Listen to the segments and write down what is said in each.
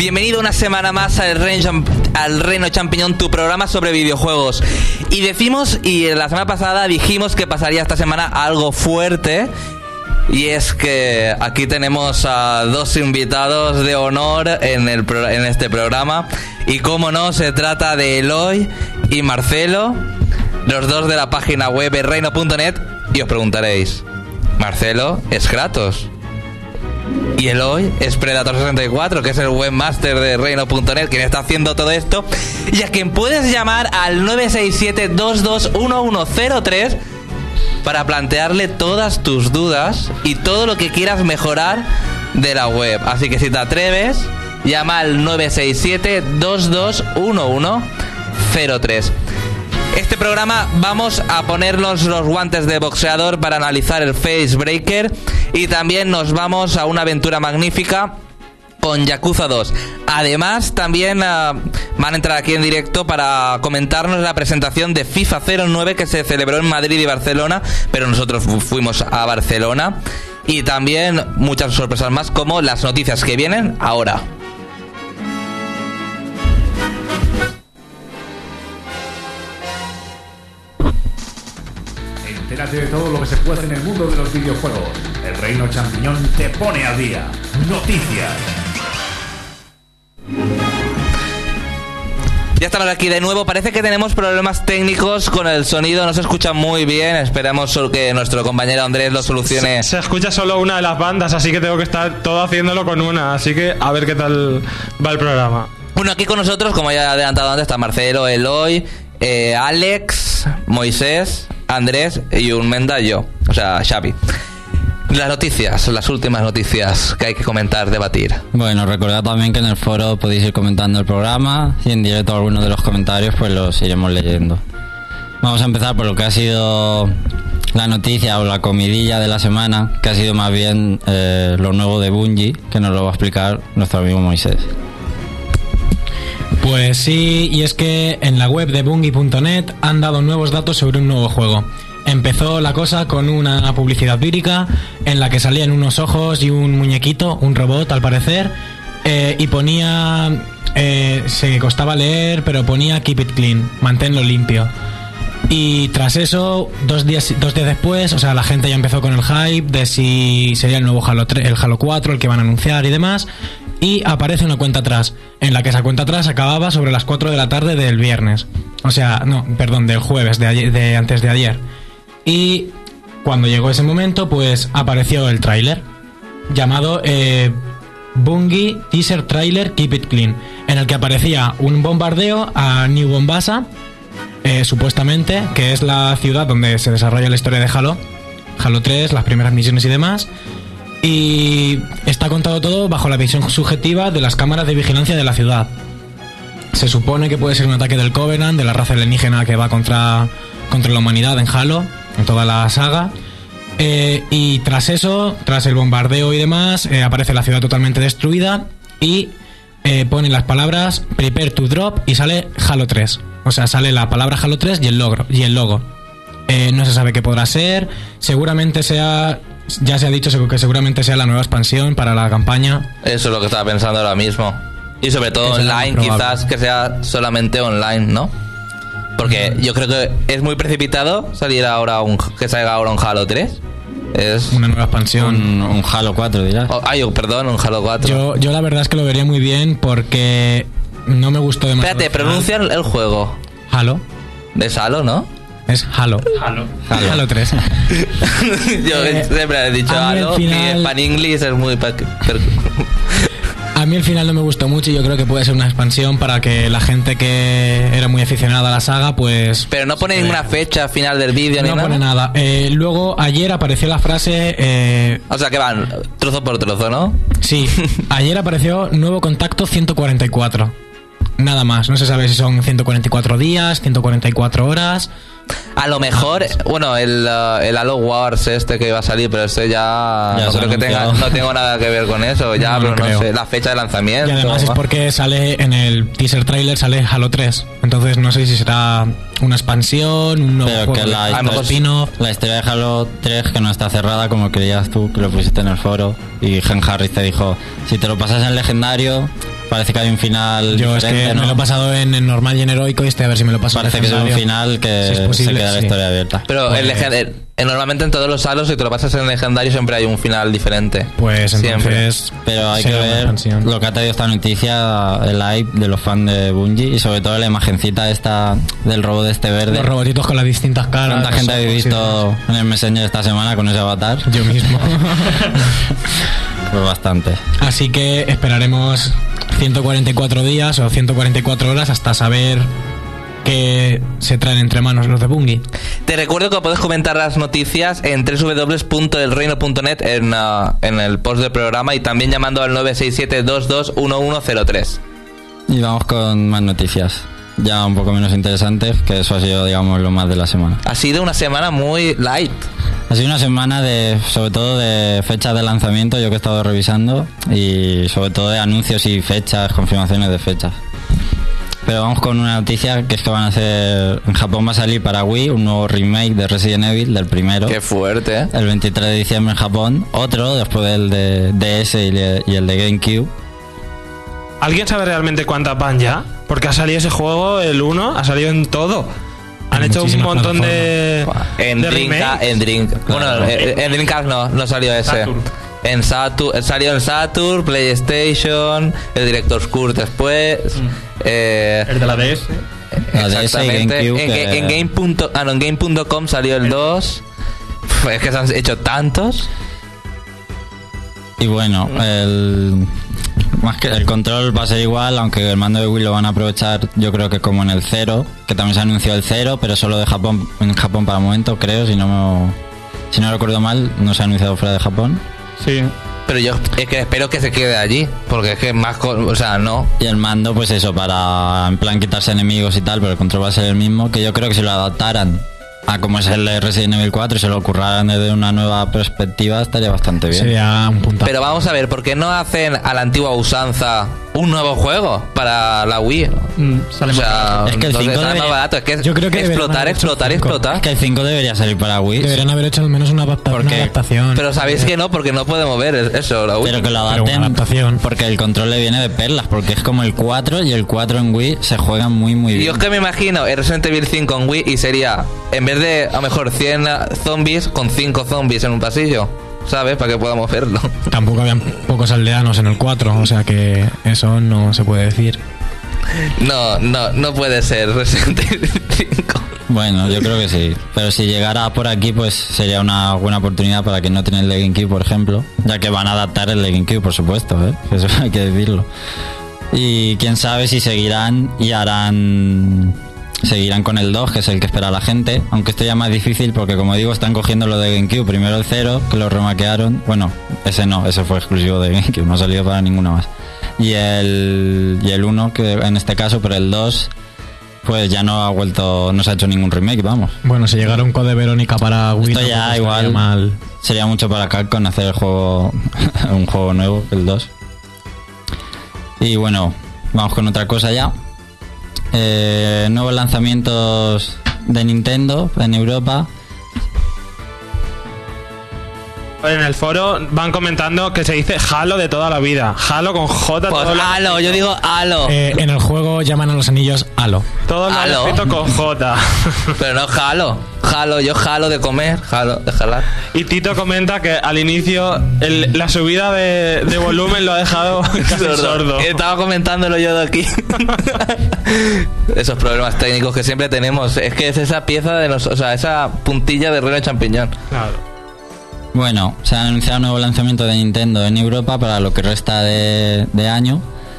Bienvenido una semana más al Reino Champiñón, tu programa sobre videojuegos. Y la semana pasada dijimos que pasaría esta semana algo fuerte. Y es que aquí tenemos a dos invitados de honor en este programa. Y cómo no, se trata de Eloy y Marcelo, los dos de la página web reino.net. Y os preguntaréis, Marcelo es Kratos y Eloy es Predator 64, que es el webmaster de reino.net, quien está haciendo todo esto, y a quien puedes llamar al 967-221103 para plantearle todas tus dudas y todo lo que quieras mejorar de la web. Así que si te atreves, llama al 967-221103. Este programa vamos a ponernos los guantes de boxeador para analizar el Facebreaker, y también nos vamos a una aventura magnífica con Yakuza 2. Además, también van a entrar aquí en directo para comentarnos la presentación de FIFA 09 que se celebró en Madrid y Barcelona, pero nosotros fuimos a Barcelona, y también muchas sorpresas más, como las noticias que vienen ahora. Entérate de todo lo que se puede hacer en el mundo de los videojuegos. El Reino Champiñón te pone al día. Noticias. Ya estamos aquí de nuevo. Parece que tenemos problemas técnicos con el sonido. No se escucha muy bien. Esperamos que nuestro compañero Andrés lo solucione. Se escucha solo una de las bandas, así que tengo que estar todo haciéndolo con una. Así que a ver qué tal va el programa. Bueno, aquí con nosotros, como ya he adelantado antes, está Marcelo, Eloy, Alex, Moisés, Andrés y un Menda y yo, o sea, Xavi. Las noticias, las últimas noticias que hay que comentar, debatir. Bueno, recordad también que en el foro podéis ir comentando el programa, y en directo algunos de los comentarios pues los iremos leyendo. Vamos a empezar por lo que ha sido la noticia o la comidilla de la semana, que ha sido más bien lo nuevo de Bungie, que nos lo va a explicar nuestro amigo Moisés. Pues sí, y es que en la web de Bungie.net han dado nuevos datos sobre un nuevo juego. Empezó la cosa con una publicidad vírica en la que salían unos ojos y un muñequito, un robot al parecer, y ponía, se costaba leer, pero ponía Keep it clean, manténlo limpio. Y tras eso, dos días después, o sea, la gente ya empezó con el hype de si sería el nuevo Halo 3, el Halo 4, el que van a anunciar y demás. Y aparece una cuenta atrás, en la que esa cuenta atrás acababa sobre las 4 de la tarde del viernes. O sea, no, perdón, del jueves, de antes de ayer. Y cuando llegó ese momento, pues apareció el tráiler, llamado Bungie Teaser Trailer Keep It Clean, en el que aparecía un bombardeo a New Mombasa, supuestamente, que es la ciudad donde se desarrolla la historia de Halo 3, las primeras misiones y demás. Y está contado todo bajo la visión subjetiva de las cámaras de vigilancia de la ciudad. Se supone que puede ser un ataque del Covenant, de la raza alienígena que va contra la humanidad en Halo, en toda la saga. Y tras eso, tras el bombardeo y demás, aparece la ciudad totalmente destruida y ponen las palabras Prepare to Drop y sale Halo 3. O sea, sale la palabra Halo 3 y el logo. No se sabe qué podrá ser. Seguramente sea... Ya se ha dicho que seguramente sea la nueva expansión para la campaña. Eso es lo que estaba pensando ahora mismo. Y sobre todo eso online, quizás que sea solamente online, ¿no? Porque yo creo que es muy precipitado que salga ahora un Halo 3. Es una nueva expansión. Un Halo 4, dirás. Un Halo 4. Yo la verdad es que lo vería muy bien porque no me gustó demasiado. Espérate, pronuncia el juego. Halo. Es Halo, ¿no? Es Halo 3. Yo siempre he dicho Halo, que en inglés es muy... A mí el final no me gustó mucho y yo creo que puede ser una expansión para que la gente que era muy aficionada a la saga, pues... Pero no pone ninguna fecha final del vídeo ni nada. No pone nada. Luego, ayer apareció la frase... O sea, que van trozo por trozo, ¿no? Sí. Ayer apareció nuevo contacto 144. Nada más. No se sabe si son 144 días, 144 horas... A lo mejor, bueno, el Halo Wars que iba a salir, pero ya no creo que no tengo nada que ver con eso, ya, pero no sé, la fecha de lanzamiento. Y además es porque sale en el teaser trailer, sale Halo 3, entonces no sé si será una expansión, un nuevo pero juego, que la historia de Halo 3 que no está cerrada como creías tú, que lo pusiste en el foro, y Gen Harris te dijo, si te lo pasas en legendario, parece que hay un final Yo es diferente, que ¿no? me lo he pasado en normal y en heroico y a ver si me lo paso en Parece que es un legendario. final que Si es posible, se queda la sí. historia abierta. Pero Pues- normalmente en todos los halos, si te lo pasas en legendario, siempre hay un final diferente. Pues Siempre. entonces... Pero hay que será una ver expansión. lo que ha traído esta noticia, el hype de los fans de Bungie y sobre todo la imagencita esta del robot este verde. Los robotitos con las distintas caras. ¿Cuánta gente los habéis ojos y demás. visto en el Messenger esta semana con ese avatar? Yo mismo. Pues bastante. Así que esperaremos 144 días o 144 horas hasta saber qué se traen entre manos los de Bungie. Te recuerdo que puedes comentar las noticias en www.elreino.net en el post del programa y también llamando al 967-221103. Y vamos con más noticias, ya un poco menos interesantes, que eso ha sido, digamos, lo más de la semana. Ha sido una semana muy light. Ha sido una semana de, sobre todo de fechas de lanzamiento, yo que he estado revisando, y sobre todo de anuncios y fechas, confirmaciones de fechas. Pero vamos con una noticia, que es que van a hacer, en Japón va a salir para Wii un nuevo remake de Resident Evil, del primero. Qué fuerte, ¿eh? El 23 de diciembre en Japón, otro después del de DS y el de GameCube. ¿Alguien sabe realmente cuántas van ya? Porque ha salido ese juego, el 1, ha salido en todo. Han En hecho un muchísimas montón de En remakes. Bueno, en Dreamcast no salió ese. Saturn. Salió en Saturn, PlayStation, el Director's Cut después. El de la DS. La DS y Exactamente. GameCube, que- En Game.com salió el 2. Es que se han hecho tantos. Y bueno, más que el control va a ser igual, aunque el mando de Wii lo van a aprovechar, yo creo que como en el 0, que también se anunció el 0, pero solo de Japón, en Japón para el momento, creo, si no recuerdo mal, no se ha anunciado fuera de Japón. Sí. Pero yo es que espero que se quede allí. Porque es que más. O sea, no. Y el mando, pues eso, para en plan quitarse enemigos y tal, pero el control va a ser el mismo, que yo creo que si lo adaptaran a como es el de Resident Evil 4 y se lo curraran desde una nueva perspectiva, estaría bastante bien. Sería un puntazo. Pero vamos a ver, ¿por qué no hacen a la antigua usanza un nuevo juego para la Wii? Sale O sea, Es que el no sé, 5 sale debería- más barato. Es que Yo creo que explotar, deberían haber hecho explotar, el 5. explotar. Es que el 5 debería salir para Wii. Deberían haber hecho al menos una Porque- adaptación. Pero sabéis que no, porque no puede mover eso, la Wii. Pero que lo Pero adapten, una adaptación. porque el control le viene de perlas, porque es como el 4 y el 4 en Wii se juegan muy muy Y bien. yo es que me imagino el Resident Evil 5 en Wii y sería, en vez de a lo mejor 100 zombies, con 5 zombies en un pasillo, ¿sabes? Para que podamos verlo. Tampoco habían pocos aldeanos en el 4, o sea que eso no se puede decir. No puede ser Resident Evil 5. Bueno, yo creo que sí. Pero si llegara por aquí, pues sería una buena oportunidad para quien no tiene el de GameCube, por ejemplo. Ya que van a adaptar el de GameCube, por supuesto, ¿eh? Eso hay que decirlo. Y quién sabe si seguirán y seguirán con el 2, que es el que espera la gente. Aunque esto ya es más difícil porque, como digo, están cogiendo lo de GameCube. Primero el 0, que lo remaquearon. Bueno, ese no, ese fue exclusivo de GameCube, no ha salido para ninguna más. Y el 1, que en este caso, pero el 2... pues ya no se ha hecho ningún remake, vamos. Bueno, si llegara un Code Verónica para Wii, Esto ya tampoco estaría igual mal. sería mucho para Capcom hacer el juego, un juego nuevo, el 2. Y bueno, vamos con otra cosa ya. Nuevos lanzamientos de Nintendo en Europa. En el foro van comentando que se dice Halo de toda la vida. Halo con J. Pues Halo, yo digo Halo. En el juego llaman a los anillos Halo. Todo lo han Halo. escrito con J. Pero no Halo. Halo, yo jalo de comer, jalo de jalar. Y Tito comenta que al inicio la subida de volumen lo ha dejado casi sordo. Estaba comentándolo yo de aquí. Esos problemas técnicos que siempre tenemos. Es que es esa pieza de o sea, esa puntilla de Reino Champiñón. Claro. Bueno, se ha anunciado un nuevo lanzamiento de Nintendo en Europa para lo que resta de año.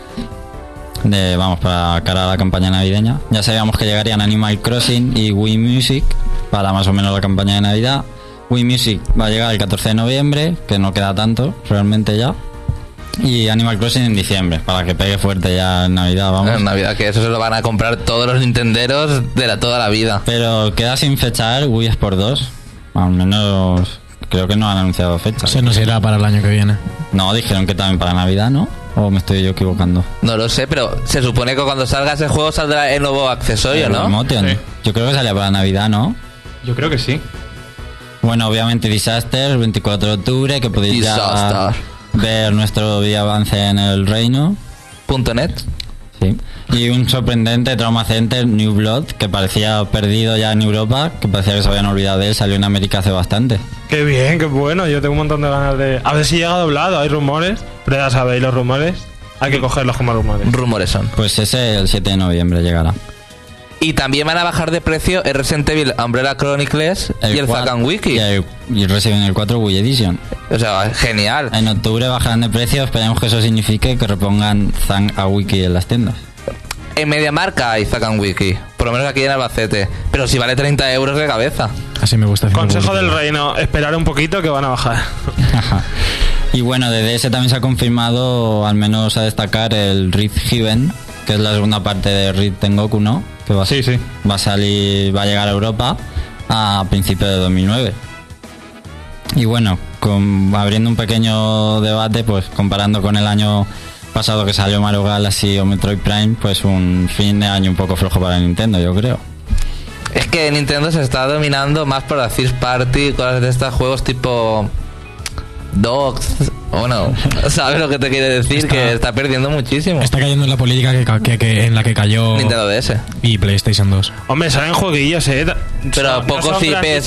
Para cara a la campaña navideña. Ya sabíamos que llegarían Animal Crossing y Wii Music para más o menos la campaña de Navidad. Wii Music va a llegar el 14 de noviembre, que no queda tanto realmente ya. Y Animal Crossing en diciembre, para que pegue fuerte ya en Navidad, vamos. En Navidad, que eso se lo van a comprar todos los nintenderos de toda la vida. Pero queda sin fechar Wii Sport 2. Al menos creo que no han anunciado fecha. Se nos irá para el año que viene. No, dijeron que también para Navidad, ¿no? ¿O me estoy yo equivocando? No lo sé, pero se supone que cuando salga ese juego saldrá el nuevo accesorio, El ¿no? Motion. Sí. Yo creo que salía para Navidad, ¿no? Yo creo que sí. Bueno, obviamente Disaster, el 24 de octubre, que podéis ya Disaster. ver nuestro video avance en el reino. Sí. Y un sorprendente Trauma Center New Blood, que parecía perdido ya en Europa, que parecía que se habían olvidado de él, salió en América hace bastante. Qué bien, qué bueno. Yo tengo un montón de ganas de... A ver si llega doblado, hay rumores. Pero ya sabéis, los rumores hay que cogerlos como rumores. Rumores son. Pues ese el 7 de noviembre llegará. Y también van a bajar de precio el Resident Evil Umbrella Chronicles y el Zack and Wiki. Y Resident Evil 4 Wii Edition. O sea, genial. En octubre bajarán de precio, esperemos que eso signifique que repongan Zack and Wiki en las tiendas. En MediaMarkt hay Zack and Wiki, por lo menos aquí en Albacete. Pero si vale 30 euros de cabeza. Así me gusta. Consejo del reino, esperar un poquito que van a bajar. Y bueno, de DS también se ha confirmado, al menos a destacar, el Rift Heaven, que es la segunda parte de Rift Tengoku, ¿no? Que va a salir, va a llegar a Europa a principios de 2009. Y bueno, abriendo un pequeño debate, pues comparando con el año pasado que salió Mario Galaxy o Metroid Prime, pues un fin de año un poco flojo para Nintendo, yo creo. Es que Nintendo se está dominando más por la First Party, cosas de estos juegos tipo Dogs, o no, ¿sabes lo que te quiere decir? Que está perdiendo muchísimo. Está cayendo en la política que en la que cayó Nintendo DS y PlayStation 2. Hombre, salen jueguillos, pero pocos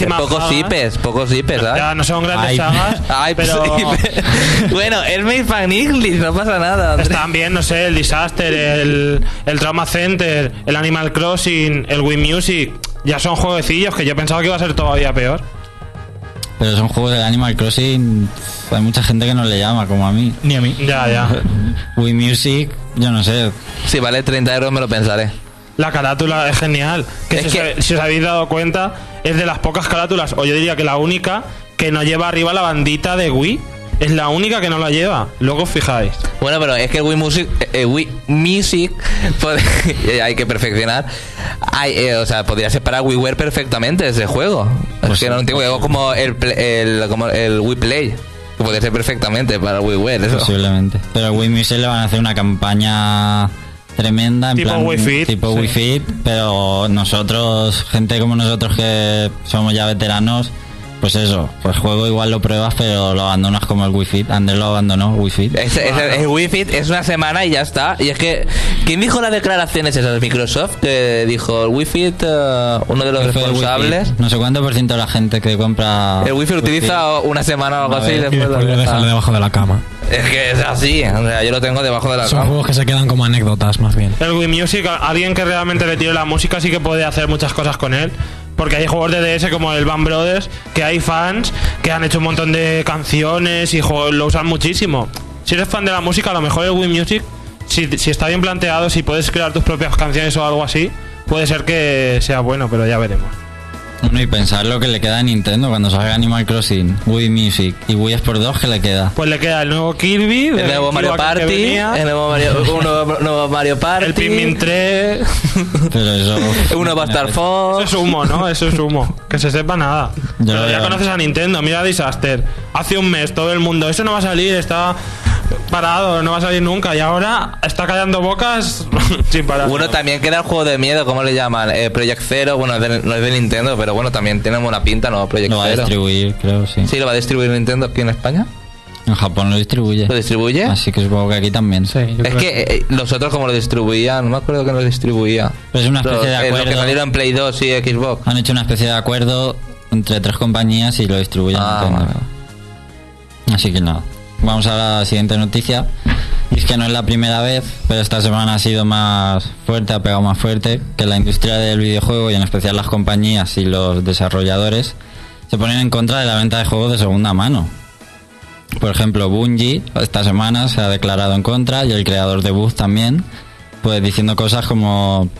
IPs, ¿sabes? Ya, no son grandes sagas. Ay, pero... Bueno, es Made fan English, no pasa nada. Están bien, no sé, el Disaster, el Trauma Center, el Animal Crossing, el Wii Music. Ya son jueguecillos que yo pensaba que iba a ser todavía peor. Pero son juegos de Animal Crossing, hay mucha gente que no le llama, como a mí. Ni a mí. Ya. Wii Music, yo no sé. Si vale 30 euros me lo pensaré. La carátula es genial. Si os habéis dado cuenta, es de las pocas carátulas, o yo diría que la única, que no lleva arriba la bandita de Wii. Es la única que no la lleva. Luego os fijáis. Bueno, pero es que el Wii Music hay que perfeccionar. O sea, podría ser para WiiWare perfectamente ese juego. Pues es que no entiendo, como el Wii Play. Que podría ser perfectamente para WiiWare, eso. Posiblemente. Pero al Wii Music le van a hacer una campaña tremenda, en tipo plan Wii Fit, tipo Wii Fit, pero nosotros, gente como nosotros que somos ya veteranos, pues eso, pues juego igual lo pruebas, pero lo abandonas como el Wii Fit. Andrés lo abandonó, Wii Fit. El Wii Fit es una semana y ya está. Y es que, ¿quién dijo las declaraciones esas de Microsoft? Que dijo el Wii Fit, uno de los responsables. No sé cuánto por ciento de la gente que compra el Wii Fit utiliza una semana o algo así. Y después lo dejan debajo de la cama. Es que es así, o sea, yo lo tengo debajo de la cama. Son juegos que se quedan como anécdotas, más bien. El Wii Music, alguien que realmente le tire la música sí que puede hacer muchas cosas con él. Porque hay juegos de DS como el Band Brothers, que hay fans que han hecho un montón de canciones y lo usan muchísimo. Si eres fan de la música, a lo mejor el Wii Music, si está bien planteado, si puedes crear tus propias canciones o algo así, puede ser que sea bueno, pero ya veremos. Bueno, y pensar lo que le queda a Nintendo cuando salga Animal Crossing, Wii Music y Wii Sports 2, ¿qué le queda? Pues le queda el nuevo Kirby, el nuevo Mario Party, el nuevo Mario Party, el Pikmin 3. Pero eso, uno va a Star Fox. Eso es humo, ¿no? Eso es humo. Que se sepa nada. Pero ya conoces a Nintendo, mira Disaster. Hace un mes todo el mundo, eso no va a salir, está parado, no va a salir nunca. Y ahora está callando bocas sin parar. Bueno, también queda el juego de miedo, ¿cómo le llaman? Project Zero, bueno, no es de Nintendo, pero bueno, también tiene buena pinta, ¿no? Project Zero. Lo va a distribuir, creo, sí. Sí, lo va a distribuir Nintendo aquí en España. En Japón lo distribuye. ¿Lo distribuye? Así que supongo que aquí también. Sí, es que los otros como lo distribuían, no me acuerdo que lo distribuía. Pero es una especie de acuerdo. Los que salieron en Play 2 y Xbox. Han hecho una especie de acuerdo entre 3 compañías y lo distribuyen Nintendo. Bueno. Así que nada. Vamos a la siguiente noticia. Y es que no es la primera vez, pero esta semana ha sido más fuerte, ha pegado más fuerte, que la industria del videojuego y en especial las compañías y los desarrolladores se ponen en contra de la venta de juegos de segunda mano. Por ejemplo, Bungie esta semana se ha declarado en contra y el creador de Bug también, pues diciendo cosas como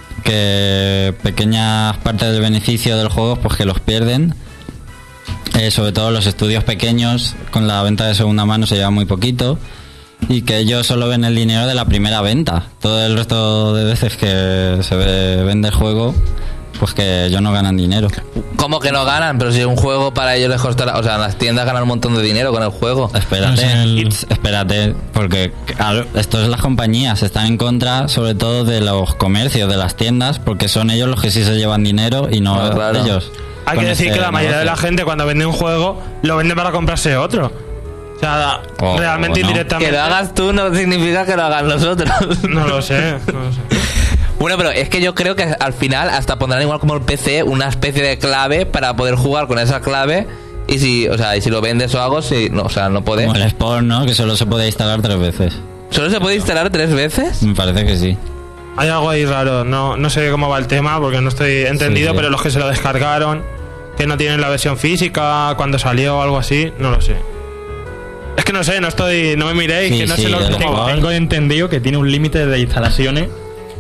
que pequeñas partes del beneficio del juego pues que los pierden. Sobre todo los estudios pequeños con la venta de segunda mano se lleva muy poquito y que ellos solo ven el dinero de la primera venta. Todo el resto de veces que se vende el juego, pues que ellos no ganan dinero. ¿Cómo que no ganan? Pero si un juego para ellos les costará... O sea, las tiendas ganan un montón de dinero con el juego. Espérate, porque claro, esto es las compañías, están en contra sobre todo de los comercios, de las tiendas, porque son ellos los que sí se llevan dinero y no ellos. Hay que decir que la mayoría de la gente cuando vende un juego lo vende para comprarse otro. O sea, O realmente no. indirectamente. Que lo hagas tú no significa que lo hagan nosotros. No lo sé. Bueno, pero es que yo creo que al final hasta pondrán igual como el PC una especie de clave para poder jugar con esa clave. Y si lo vendes o algo, no puede. Como el Sport, ¿no? Que solo se puede instalar 3 veces. ¿Solo se puede instalar 3 veces? Me parece que sí. Hay algo ahí raro. No sé cómo va el tema porque no estoy entendido, Sí. pero los que se lo descargaron, que no tienen la versión física, cuando salió o algo así, no lo sé. Es que no sé, no me miréis, Sí, que no sí, sé lo el cómo va. Sport. Tengo entendido que tiene un límite de instalaciones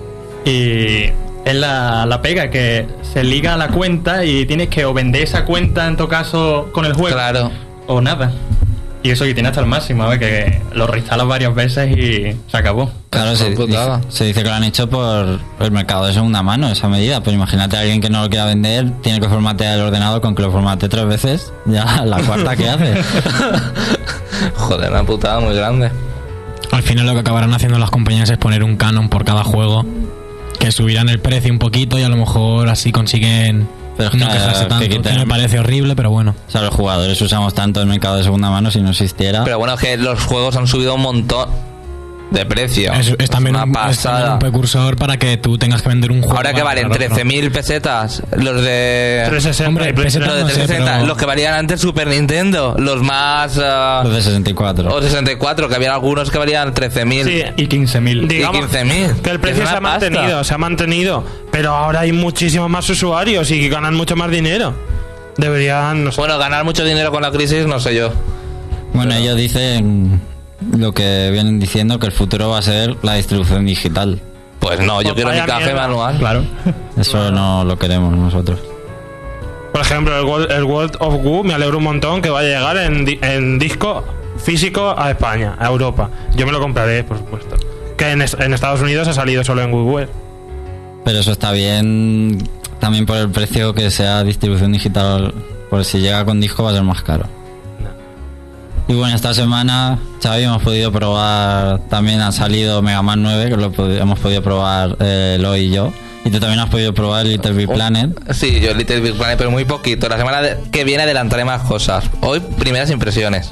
y es la pega que se liga a la cuenta y tienes que o vender esa cuenta en tu caso con el juego Claro. o nada. Y eso que tiene hasta el máximo, a ver, que lo reinstalas varias veces y se acabó. Claro, Una putada. se dice que lo han hecho por el mercado de segunda mano, esa medida. Pero imagínate a alguien que no lo quiera vender, tiene que formatear el ordenador, con que lo formate 3 veces, ya la cuarta que hace. Joder, una putada muy grande. Al final lo que acabarán haciendo las compañías es poner un canon por cada juego, que subirán el precio un poquito y a lo mejor así consiguen Pero es no que, quejarse que tanto. Que quiten- me parece horrible, pero bueno. O sea, los jugadores usamos tanto el mercado de segunda mano, si no existiera. Pero bueno, es que los juegos han subido un montón de precio. Es también una es también pasada. un precursor para que tú tengas que vender un juego. Ahora que para valen comprar otro. 13.000 pesetas, los de... 360 Hombre, y PlayStation. Los de no sé, 360, pero- los que valían antes Super Nintendo, los más... Los de 64. o 64, que había algunos que valían 13.000 Sí, Y 15.000. digamos y 15.000. que el precio es se ha una pasta. mantenido, pero ahora hay muchísimos más usuarios y ganan mucho más dinero. Deberían, no sé. Bueno, ganar mucho dinero con la crisis, no sé yo. Bueno, ellos dicen lo que vienen diciendo, que el futuro va a ser la distribución digital. Pues no, yo Pues quiero mi vaya café mierda. manual. Claro. Eso no lo queremos nosotros. Por ejemplo, el World of Goo me alegro un montón que va a llegar en disco físico a España, a Europa. Yo me lo compraré, por supuesto. Que en Estados Unidos ha salido solo en Google. Pero eso está bien también por el precio, que sea distribución digital. Por si llega con disco va a ser más caro. Y bueno, esta semana, Xavi, hemos podido probar, también ha salido Mega Man 9, que hemos podido probar Eloy y yo. Y tú también has podido probar Little Big Planet. Sí, yo Little Big Planet, pero muy poquito. La semana que viene adelantaré más cosas. Hoy, primeras impresiones.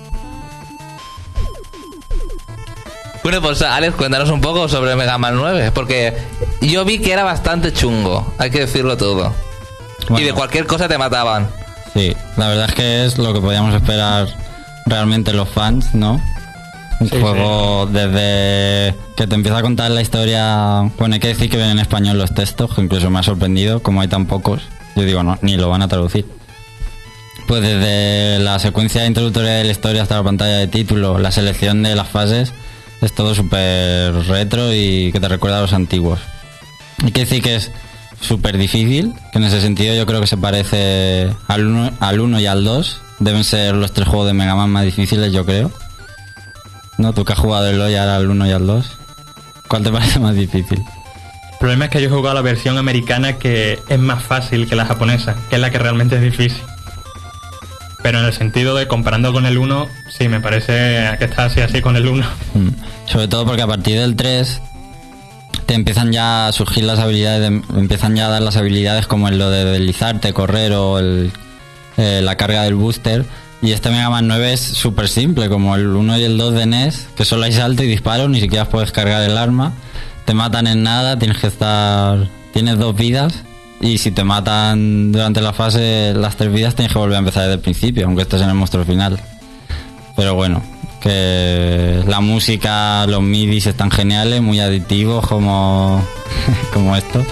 Bueno, pues Alex, cuéntanos un poco sobre Mega Man 9, porque yo vi que era bastante chungo, hay que decirlo todo. Bueno. Y de cualquier cosa te mataban. Sí, la verdad es que es lo que podíamos esperar realmente los fans, ¿no? Un juego desde que te empieza a contar la historia. Bueno, hay que decir que ven en español los textos, que incluso me ha sorprendido, como hay tan pocos. Yo digo, no, ni lo van a traducir. Pues desde la secuencia introductoria de la historia hasta la pantalla de título, la selección de las fases, es todo súper retro y que te recuerda a los antiguos. Hay que decir que es súper difícil, que en ese sentido yo creo que se parece al 1 y al 2. Deben ser los 3 juegos de Mega Man más difíciles, yo creo. ¿No? Tú que has jugado el Eloy ahora al 1 y al 2. ¿Cuál te parece más difícil? El problema es que yo he jugado la versión americana, que es más fácil que la japonesa, que es la que realmente es difícil. Pero en el sentido de comparando con el 1, sí, me parece que está así con el 1. Sobre todo porque a partir del 3 te empiezan ya a surgir las habilidades, empiezan ya a dar las habilidades como en lo de deslizarte, correr o la carga del booster. Y este Mega Man 9 es súper simple, como el 1 y el 2 de NES, que solo hay salto y disparo, ni siquiera puedes cargar el arma. Te matan en nada, tienes 2 vidas. Y si te matan durante la fase, las 3 vidas, tienes que volver a empezar desde el principio, aunque estés en el monstruo final. Pero bueno, que la música, los midis están geniales, muy aditivos como estos.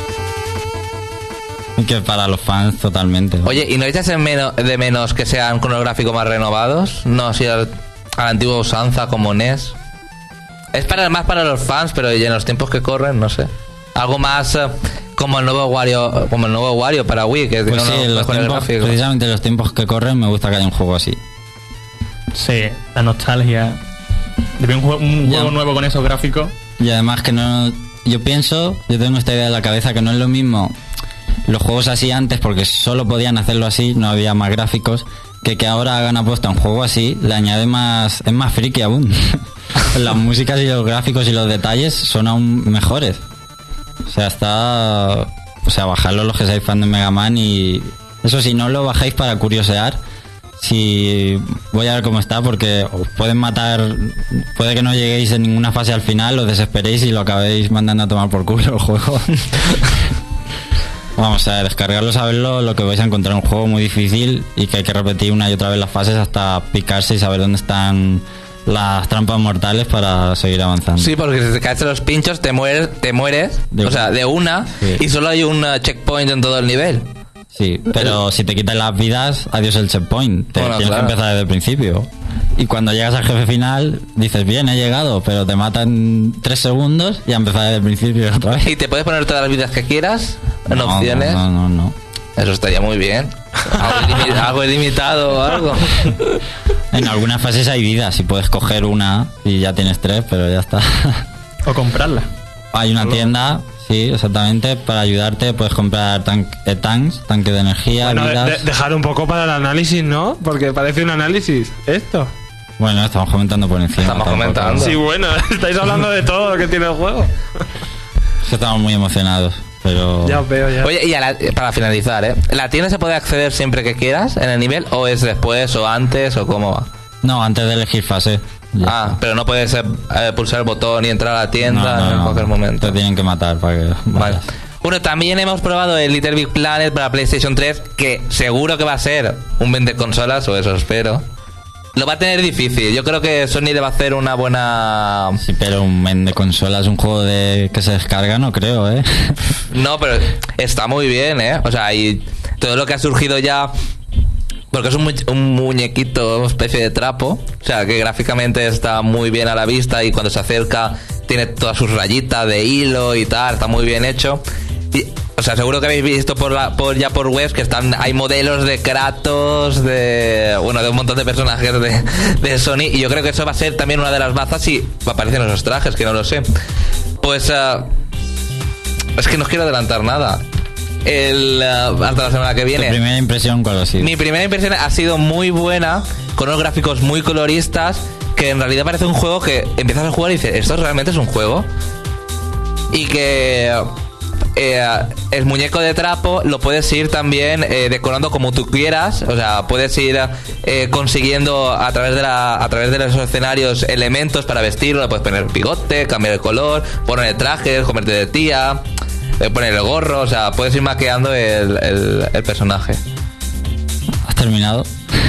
Y que para los fans totalmente, ¿no? Oye, ¿y no echas de menos que sean con los gráficos más renovados? No así a la antigua usanza como NES. Es más para los fans, pero en los tiempos que corren, no sé. Algo más como el nuevo Wario para Wii, que Pues tiene sí, unos en los mejores tiempos, gráficos. precisamente en los tiempos que corren, me gusta que haya un juego así. Sí, la nostalgia. De ver un Ya. juego nuevo con esos gráficos. Y además que no... yo tengo esta idea en la cabeza, que no es lo mismo los juegos así antes, porque solo podían hacerlo así, no había más gráficos, que ahora hagan apuesta a un juego así, le añade más... es más friki aún. Las músicas y los gráficos y los detalles son aún mejores. O sea, bajarlo los que seáis fan de Mega Man, y eso sí, no lo bajáis para curiosear, si voy a ver cómo está, porque os pueden matar, puede que no lleguéis en ninguna fase al final, os desesperéis y lo acabéis mandando a tomar por culo el juego. Vamos a descargarlo, saberlo, lo que vais a encontrar un juego muy difícil y que hay que repetir una y otra vez las fases hasta picarse y saber dónde están las trampas mortales para seguir avanzando. Sí, porque si te caes en los pinchos te mueres De o sea, de una, sí. y solo hay un checkpoint en todo el nivel. Sí, pero si te quitan las vidas, adiós el checkpoint. Bueno, Tienes claro. que empezar desde el principio. Y cuando llegas al jefe final, dices, bien, he llegado, pero te matan 3 segundos y a empezar desde el principio otra vez. Y te puedes poner todas las vidas que quieras en opciones. No. Eso estaría muy bien. Algo ilimitado o algo. En algunas fases hay vidas y puedes coger una y ya tienes 3, pero ya está. O comprarla. Hay una tienda, sí, exactamente, para ayudarte. Puedes comprar tanque de energía, Bueno, vidas. dejar un poco para el análisis, ¿no? Porque parece un análisis esto. Bueno, estamos comentando por encima. Estamos tampoco. comentando. Sí, bueno, estáis hablando de todo lo que tiene el juego. Es que estamos muy emocionados, pero... Ya os veo, ya. Oye, y para finalizar, ¿la tienda se puede acceder siempre que quieras en el nivel? ¿O es después o antes o cómo va? No, antes de elegir fase. Ya está. Pero no puedes pulsar el botón y entrar a la tienda en No. cualquier momento. Te tienen que matar para que... Vale. vayas. Bueno, también hemos probado el Little Big Planet para PlayStation 3, que seguro que va a ser un vende consolas, o eso espero. Lo va a tener difícil. Yo creo que Sony le va a hacer una buena... Sí, pero un men de consola es un juego que se descarga, no creo, ¿eh? No, pero está muy bien, ¿eh? O sea, y todo lo que ha surgido ya... Porque es un muñequito, especie de trapo. O sea, que gráficamente está muy bien a la vista y cuando se acerca tiene todas sus rayitas de hilo y tal. Está muy bien hecho. Y, o sea, seguro que habéis visto por webs que hay modelos de Kratos, de un montón de personajes de Sony. Y yo creo que eso va a ser también una de las bazas y aparecen esos trajes, que no lo sé. Pues es que no quiero adelantar nada. Hasta la semana que viene. ¿Tu primera impresión cuál ha sido? Mi primera impresión ha sido muy buena, con unos gráficos muy coloristas, que en realidad parece un juego que empiezas a jugar y dices, ¿esto realmente es un juego? Y que el muñeco de trapo lo puedes ir también decorando como tú quieras. O sea, puedes ir consiguiendo a través de los escenarios elementos para vestirlo. Le puedes poner bigote, cambiar el color, poner trajes, convertirte de tía, poner el gorro. O sea, puedes ir maqueando el personaje. ¿Has terminado?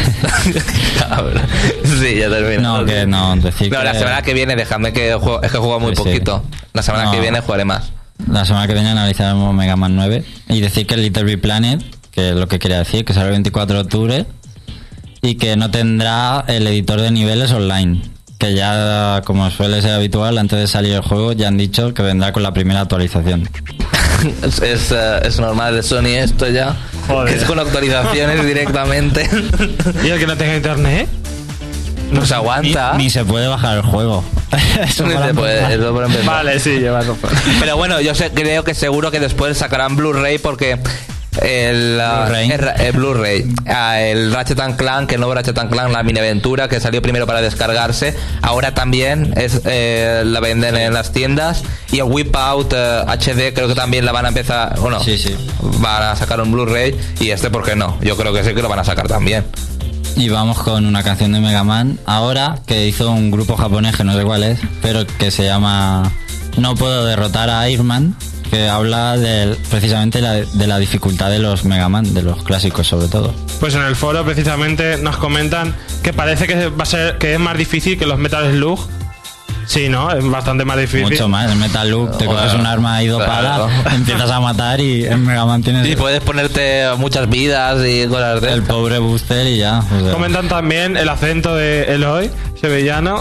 Sí, ya terminé. No, que no, decir No, que... la semana que viene, dejadme que juego muy Sí, sí. poquito. La semana que viene jugaré más. La semana que viene analizaremos Mega Man 9 y decir que el Little Big Planet, que es lo que quería decir, que sale el 24 de octubre y que no tendrá el editor de niveles online, que ya, como suele ser habitual, antes de salir el juego ya han dicho que vendrá con la primera actualización. Es normal de Sony esto ya. Joder. Que es con actualizaciones directamente. ¿Y el que no tenga internet? No se aguanta. Ni se puede bajar el juego. Eso Ni para se puede, empezar. eso por empezar. Vale, sí, llevarlo. Pero bueno, creo que seguro que después sacarán Blu-ray porque el Blu-ray, el Ratchet & Clank, el nuevo Ratchet & Clank, la mini aventura que salió primero para descargarse, ahora también la venden en las tiendas. Y el Whip Out HD creo que también la van a empezar, bueno, Sí, sí. van a sacar un Blu-ray. Y ¿por qué no? Yo creo que sí que lo van a sacar también. Y vamos con una canción de Mega Man ahora que hizo un grupo japonés que no sé cuál es, pero que se llama No puedo derrotar a Iron Man, que habla precisamente de la dificultad de los Mega Man, de los clásicos sobre todo. Pues en el foro precisamente nos comentan que parece que que es más difícil que los Metal Slug. Sí, ¿no? Es bastante más difícil. Mucho más. En Metal Slug te coges un arma ahí dopada, claro. empiezas a matar y en Mega Man tienes Y puedes ponerte muchas vidas y cosas de el estas. pobre Buster y ya. O sea, Comentan también el acento de Eloy, sevillano.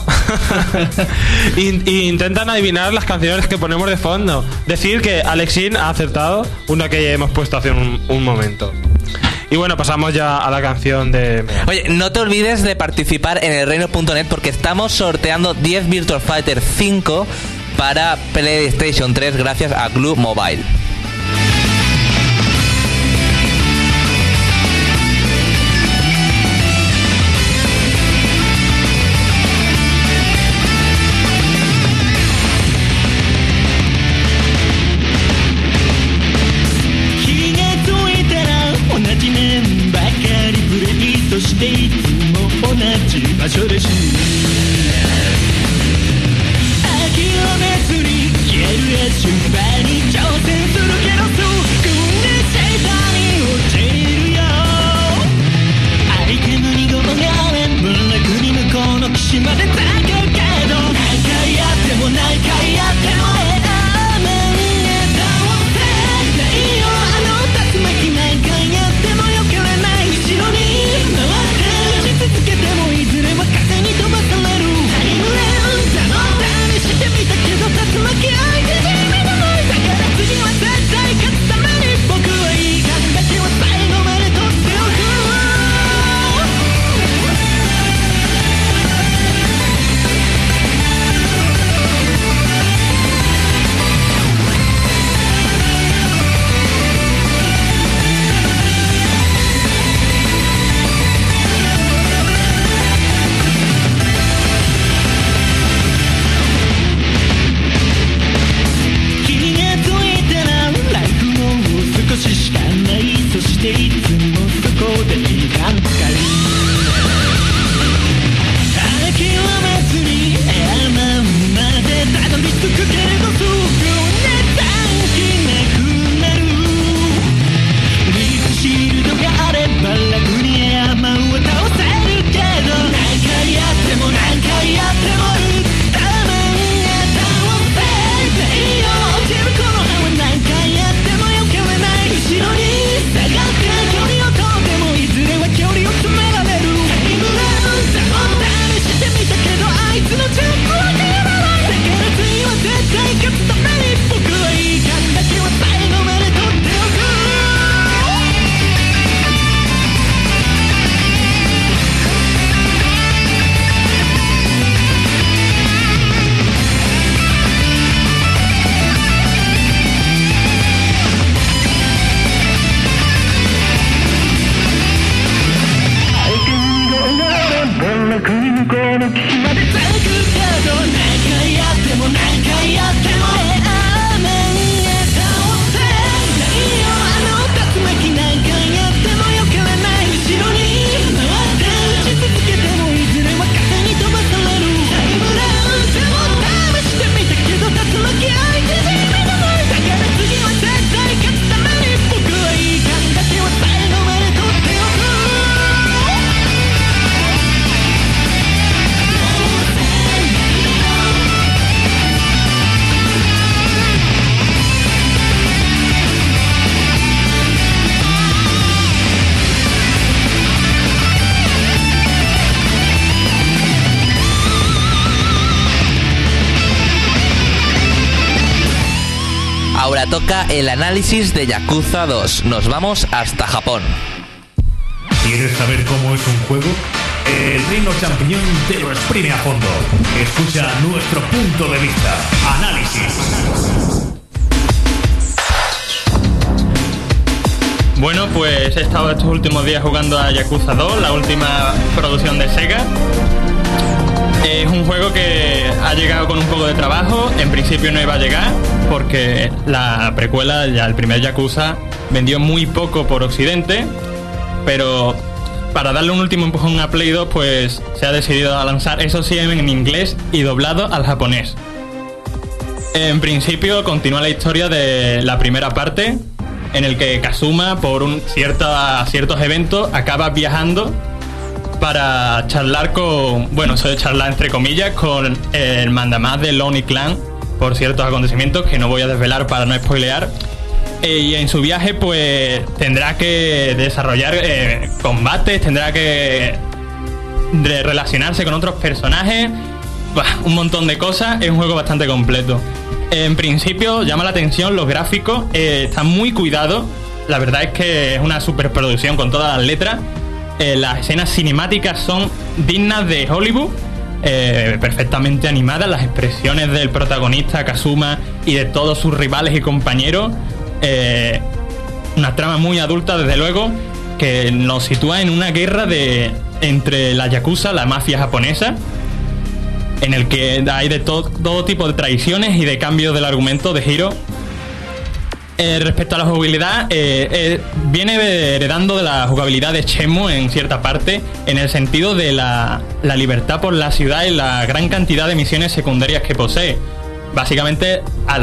y intentan adivinar las canciones que ponemos de fondo. Decir que Alexin ha acertado una que ya hemos puesto hace un momento. Y bueno, pasamos ya a la canción de... Oye, no te olvides de participar en elreino.net porque estamos sorteando 10 Virtua Fighter 5 para PlayStation 3 gracias a Glue Mobile. State ahora toca el análisis de Yakuza 2. Nos vamos hasta Japón. ¿Quieres saber cómo es un juego? El Reino Champiñón te lo exprime a fondo. Escucha nuestro punto de vista. Análisis. Bueno, pues he estado estos últimos días jugando a Yakuza 2, la última producción de Sega. Es un juego que ha llegado con un poco de trabajo. En principio no iba a llegar porque la precuela, ya el primer Yakuza, vendió muy poco por Occidente, pero para darle un último empujón a Play 2, pues se ha decidido a lanzar, eso sí, en inglés y doblado al japonés. En principio continúa la historia de la primera parte, en el que Kazuma, por ciertos eventos, acaba viajando para charlar con, bueno, eso de charlar entre comillas, con el mandamás del Oni Clan por ciertos acontecimientos que no voy a desvelar para no spoilear. Y en su viaje pues tendrá que desarrollar combates, tendrá que relacionarse con otros personajes, un montón de cosas. Es un juego bastante completo. En principio llama la atención los gráficos, están muy cuidados. La verdad es que es una superproducción con todas las letras. Las escenas cinemáticas son dignas de Hollywood, perfectamente animadas. Las expresiones del protagonista Kazuma y de todos sus rivales y compañeros. Una trama muy adulta, desde luego, que nos sitúa en una guerra entre la Yakuza, la mafia japonesa, en el que hay de todo tipo de traiciones y de cambios del argumento, de giro. Respecto a la jugabilidad, viene heredando de la jugabilidad de Shenmue en cierta parte, en el sentido de la libertad por la ciudad y la gran cantidad de misiones secundarias que posee. Básicamente, a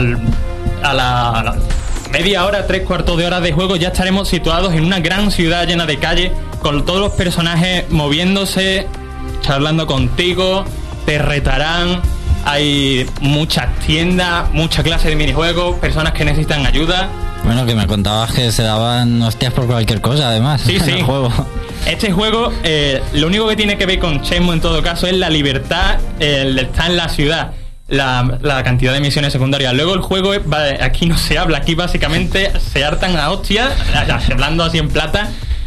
la media hora, 3/4 de hora de juego, ya estaremos situados en una gran ciudad llena de calles, con todos los personajes moviéndose, charlando contigo, te retarán. Hay muchas tiendas, mucha clase de minijuegos, personas que necesitan ayuda. Bueno, que me contabas que se daban hostias por cualquier cosa, además. Sí, en sí. el juego. Este juego, lo único que tiene que ver con Shenmue en todo caso es la libertad, el estar en la ciudad, la cantidad de misiones secundarias. Luego el juego, aquí no se habla, aquí básicamente se hartan a hostias, hablando así en plata.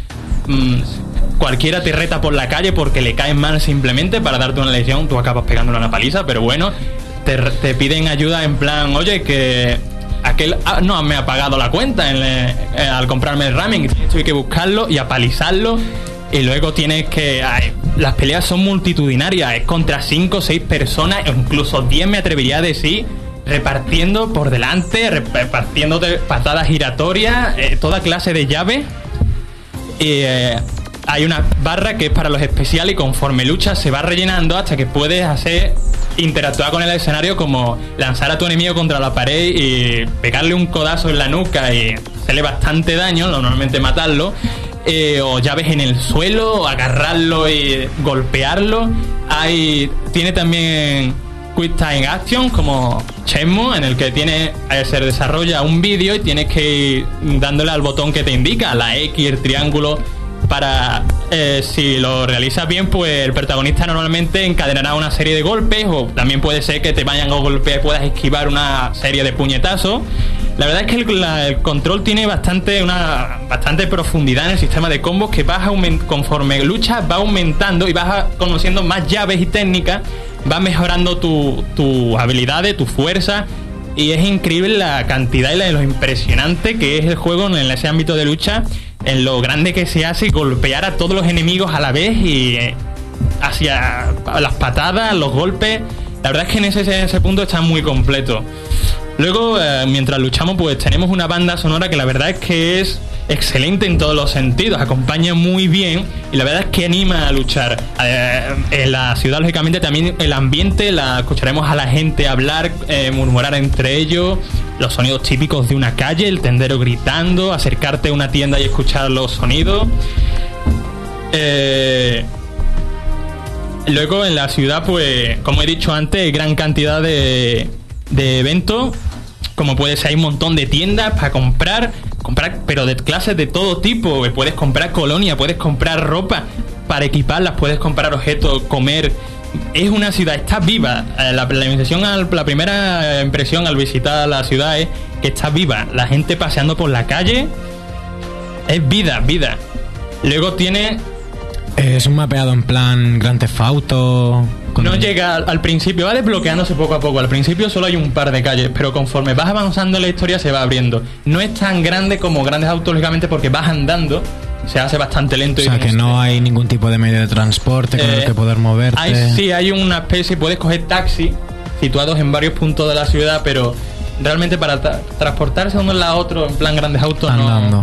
Cualquiera te reta por la calle porque le caes mal simplemente para darte una lección. Tú acabas pegándole una paliza, pero bueno, te piden ayuda en plan, oye, que aquel no me ha pagado la cuenta al comprarme el ramen, esto hay que buscarlo y apalizarlo. Y luego tienes que... las peleas son multitudinarias, es contra 5 o 6 personas, o incluso 10 me atrevería a decir, repartiendo por delante, repartiéndote patadas giratorias, toda clase de llaves. Y hay una barra que es para los especiales y conforme luchas se va rellenando hasta que puedes interactuar con el escenario, como lanzar a tu enemigo contra la pared y pegarle un codazo en la nuca y hacerle bastante daño, normalmente matarlo. O llaves en el suelo, o agarrarlo y golpearlo. Tiene también Quick Time Action como Shenmue, en el que se desarrolla un vídeo y tienes que ir dándole al botón que te indica, la X, el triángulo, para si lo realizas bien, pues el protagonista normalmente encadenará una serie de golpes, o también puede ser que te vayan a golpear y puedas esquivar una serie de puñetazos. La verdad es que el control tiene bastante profundidad en el sistema de combos, que conforme luchas va aumentando y vas conociendo más llaves y técnicas, vas mejorando tus habilidades, tu fuerza, y es increíble la cantidad y lo impresionante que es el juego en ese ámbito de lucha, en lo grande que se hace golpear a todos los enemigos a la vez y hacia las patadas, los golpes. La verdad es que en ese punto está muy completo. Luego, mientras luchamos, pues tenemos una banda sonora que la verdad es que es excelente en todos los sentidos, acompaña muy bien y la verdad es que anima a luchar. En la ciudad, lógicamente, también el ambiente, escucharemos a la gente hablar, murmurar entre ellos, los sonidos típicos de una calle, el tendero gritando, acercarte a una tienda y escuchar los sonidos. Luego en la ciudad, pues como he dicho antes, hay gran cantidad de eventos, como puede ser, hay un montón de tiendas para comprar, pero de clases de todo tipo. Puedes comprar colonia, puedes comprar ropa para equiparlas, puedes comprar objetos, comer es una ciudad, está viva. La primera impresión al visitar la ciudad es que está viva. La gente paseando por la calle es vida. Luego tiene... Es un mapeado en plan Grand Theft Auto. No llega al principio, va desbloqueándose poco a poco. Al principio solo hay un par de calles, pero conforme vas avanzando en la historia se va abriendo. No es tan grande como Grandes Autos, lógicamente, porque vas andando. Se hace bastante lento. O sea, que no hay ningún tipo de medio de transporte con el que poder moverte. Hay una especie, puedes coger taxi situados en varios puntos de la ciudad, pero realmente para transportarse de uno a otro en plan Grandes Autos andando.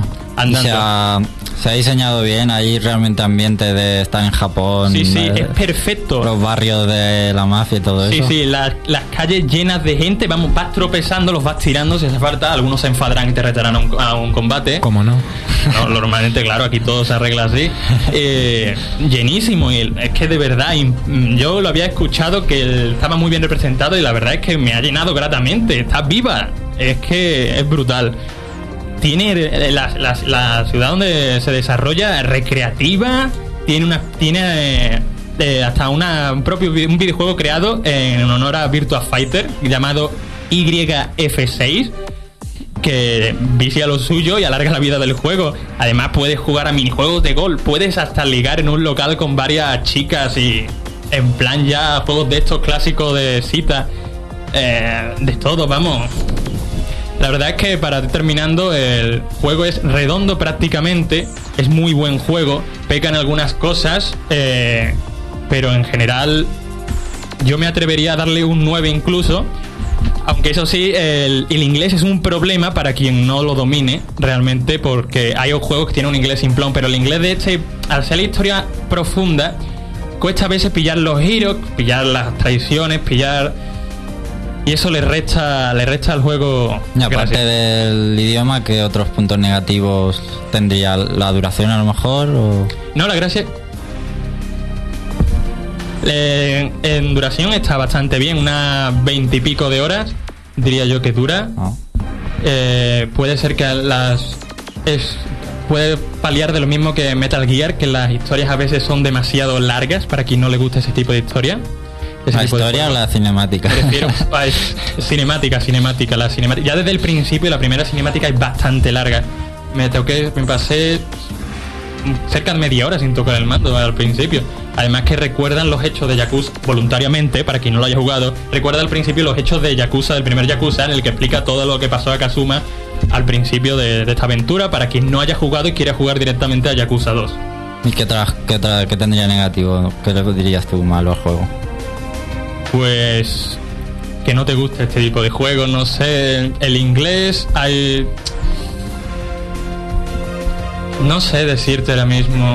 Se ha diseñado bien, hay realmente ambiente de estar en Japón. Sí, es perfecto. Los barrios de la mafia y todo eso. Sí, las calles llenas de gente, vas tropezando, los vas tirando si hace falta, algunos se enfadarán y te retarán a un combate. ¿Cómo no? No, normalmente, claro, aquí todo se arregla así. Llenísimo, y es que de verdad, yo lo había escuchado que estaba muy bien representado y la verdad es que me ha llenado gratamente, está viva, es que es brutal. Tiene la ciudad donde se desarrolla recreativa, tiene hasta un videojuego creado en honor a Virtua Fighter llamado YF6, que vicia lo suyo y alarga la vida del juego. Además puedes jugar a minijuegos de golf, puedes hasta ligar en un local con varias chicas y en plan ya juegos de estos clásicos de cita, de todo, vamos. La verdad es que para terminando, el juego es redondo prácticamente, es muy buen juego, peca en algunas cosas, pero en general yo me atrevería a darle un 9 incluso, aunque eso sí, el inglés es un problema para quien no lo domine realmente, porque hay juegos que tienen un inglés simplón, pero el inglés de este, al ser la historia profunda, cuesta a veces pillar los giros, pillar las traiciones, y eso le resta al juego. Y aparte del idioma, ¿qué otros puntos negativos tendría? ¿La duración a lo mejor? ¿O? No, la gracia... en duración está bastante bien, unas 20 y pico de horas, diría yo que dura. Puede ser que puede paliar de lo mismo que Metal Gear, que las historias a veces son demasiado largas para quien no le gusta ese tipo de historia. ¿La historia o la cinemática? Me refiero a cinemática. Ya desde el principio, la primera cinemática es bastante larga. Me pasé cerca de media hora sin tocar el mando al principio. Además que recuerdan los hechos de Yakuza, voluntariamente, para quien no lo haya jugado, recuerda al principio los hechos de Yakuza, del primer Yakuza, en el que explica todo lo que pasó a Kazuma al principio de esta aventura, para quien no haya jugado y quiera jugar directamente a Yakuza 2. ¿Y qué tendría negativo? ¿Qué le dirías tú malo al juego? Pues que no te gusta este tipo de juegos, no sé, el inglés no sé decirte ahora mismo.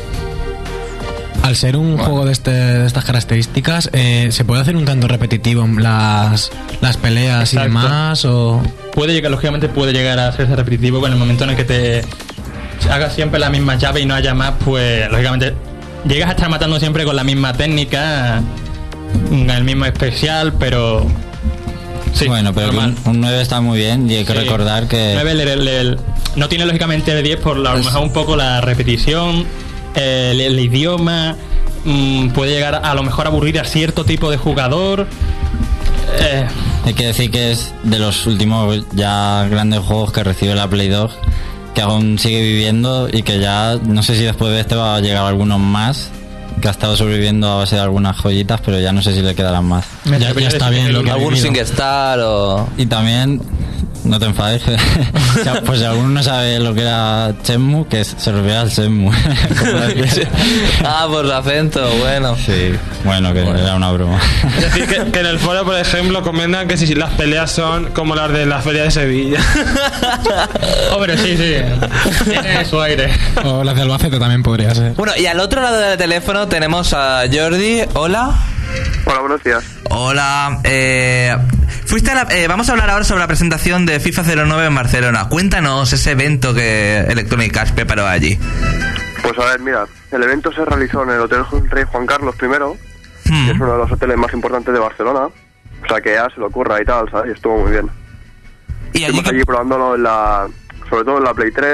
Al ser un juego de estas características, ¿se puede hacer un tanto repetitivo las peleas? Exacto. Y demás? ¿O? Lógicamente puede llegar a ser repetitivo, en el momento en el que te hagas siempre la misma llave y no haya más, pues lógicamente llegas a estar matando siempre con la misma técnica, el mismo especial, pero sí, bueno, pero un 9 está muy bien y hay que recordar que 9 no tiene lógicamente el 10 por a lo mejor un poco la repetición, el idioma, puede llegar a lo mejor a aburrir a cierto tipo de jugador. Hay que decir que es de los últimos ya grandes juegos que recibe la Play 2, que aún sigue viviendo y que ya no sé si después de este va a llegar algunos más, que ha estado sobreviviendo a base de algunas joyitas, pero ya no sé si le quedarán más. Ya está bien lo que algún SingStar o... Y también, no te enfades, pues si alguno no sabe lo que era Shenmue, que se refiere al Shenmue. Por el acento, bueno. Sí, bueno, que era una broma. Es decir, que en el foro, por ejemplo, comentan que si las peleas son como las de la Feria de Sevilla. Hombre, sí, tiene su aire. O las de Albacete también podría ser. Bueno, y al otro lado del teléfono tenemos a Jordi. Hola. Hola, buenos días. Hola, vamos a hablar ahora sobre la presentación de FIFA 09 en Barcelona. Cuéntanos ese evento que Electronic Arts preparó allí. Pues a ver, mira, el evento se realizó en el Hotel Rey Juan Carlos I, que es uno de los hoteles más importantes de Barcelona. O sea, que ya se lo ocurra y tal, ¿sabes? Y estuvo muy bien. Y Estuvimos allí probándolo sobre todo en la Play 3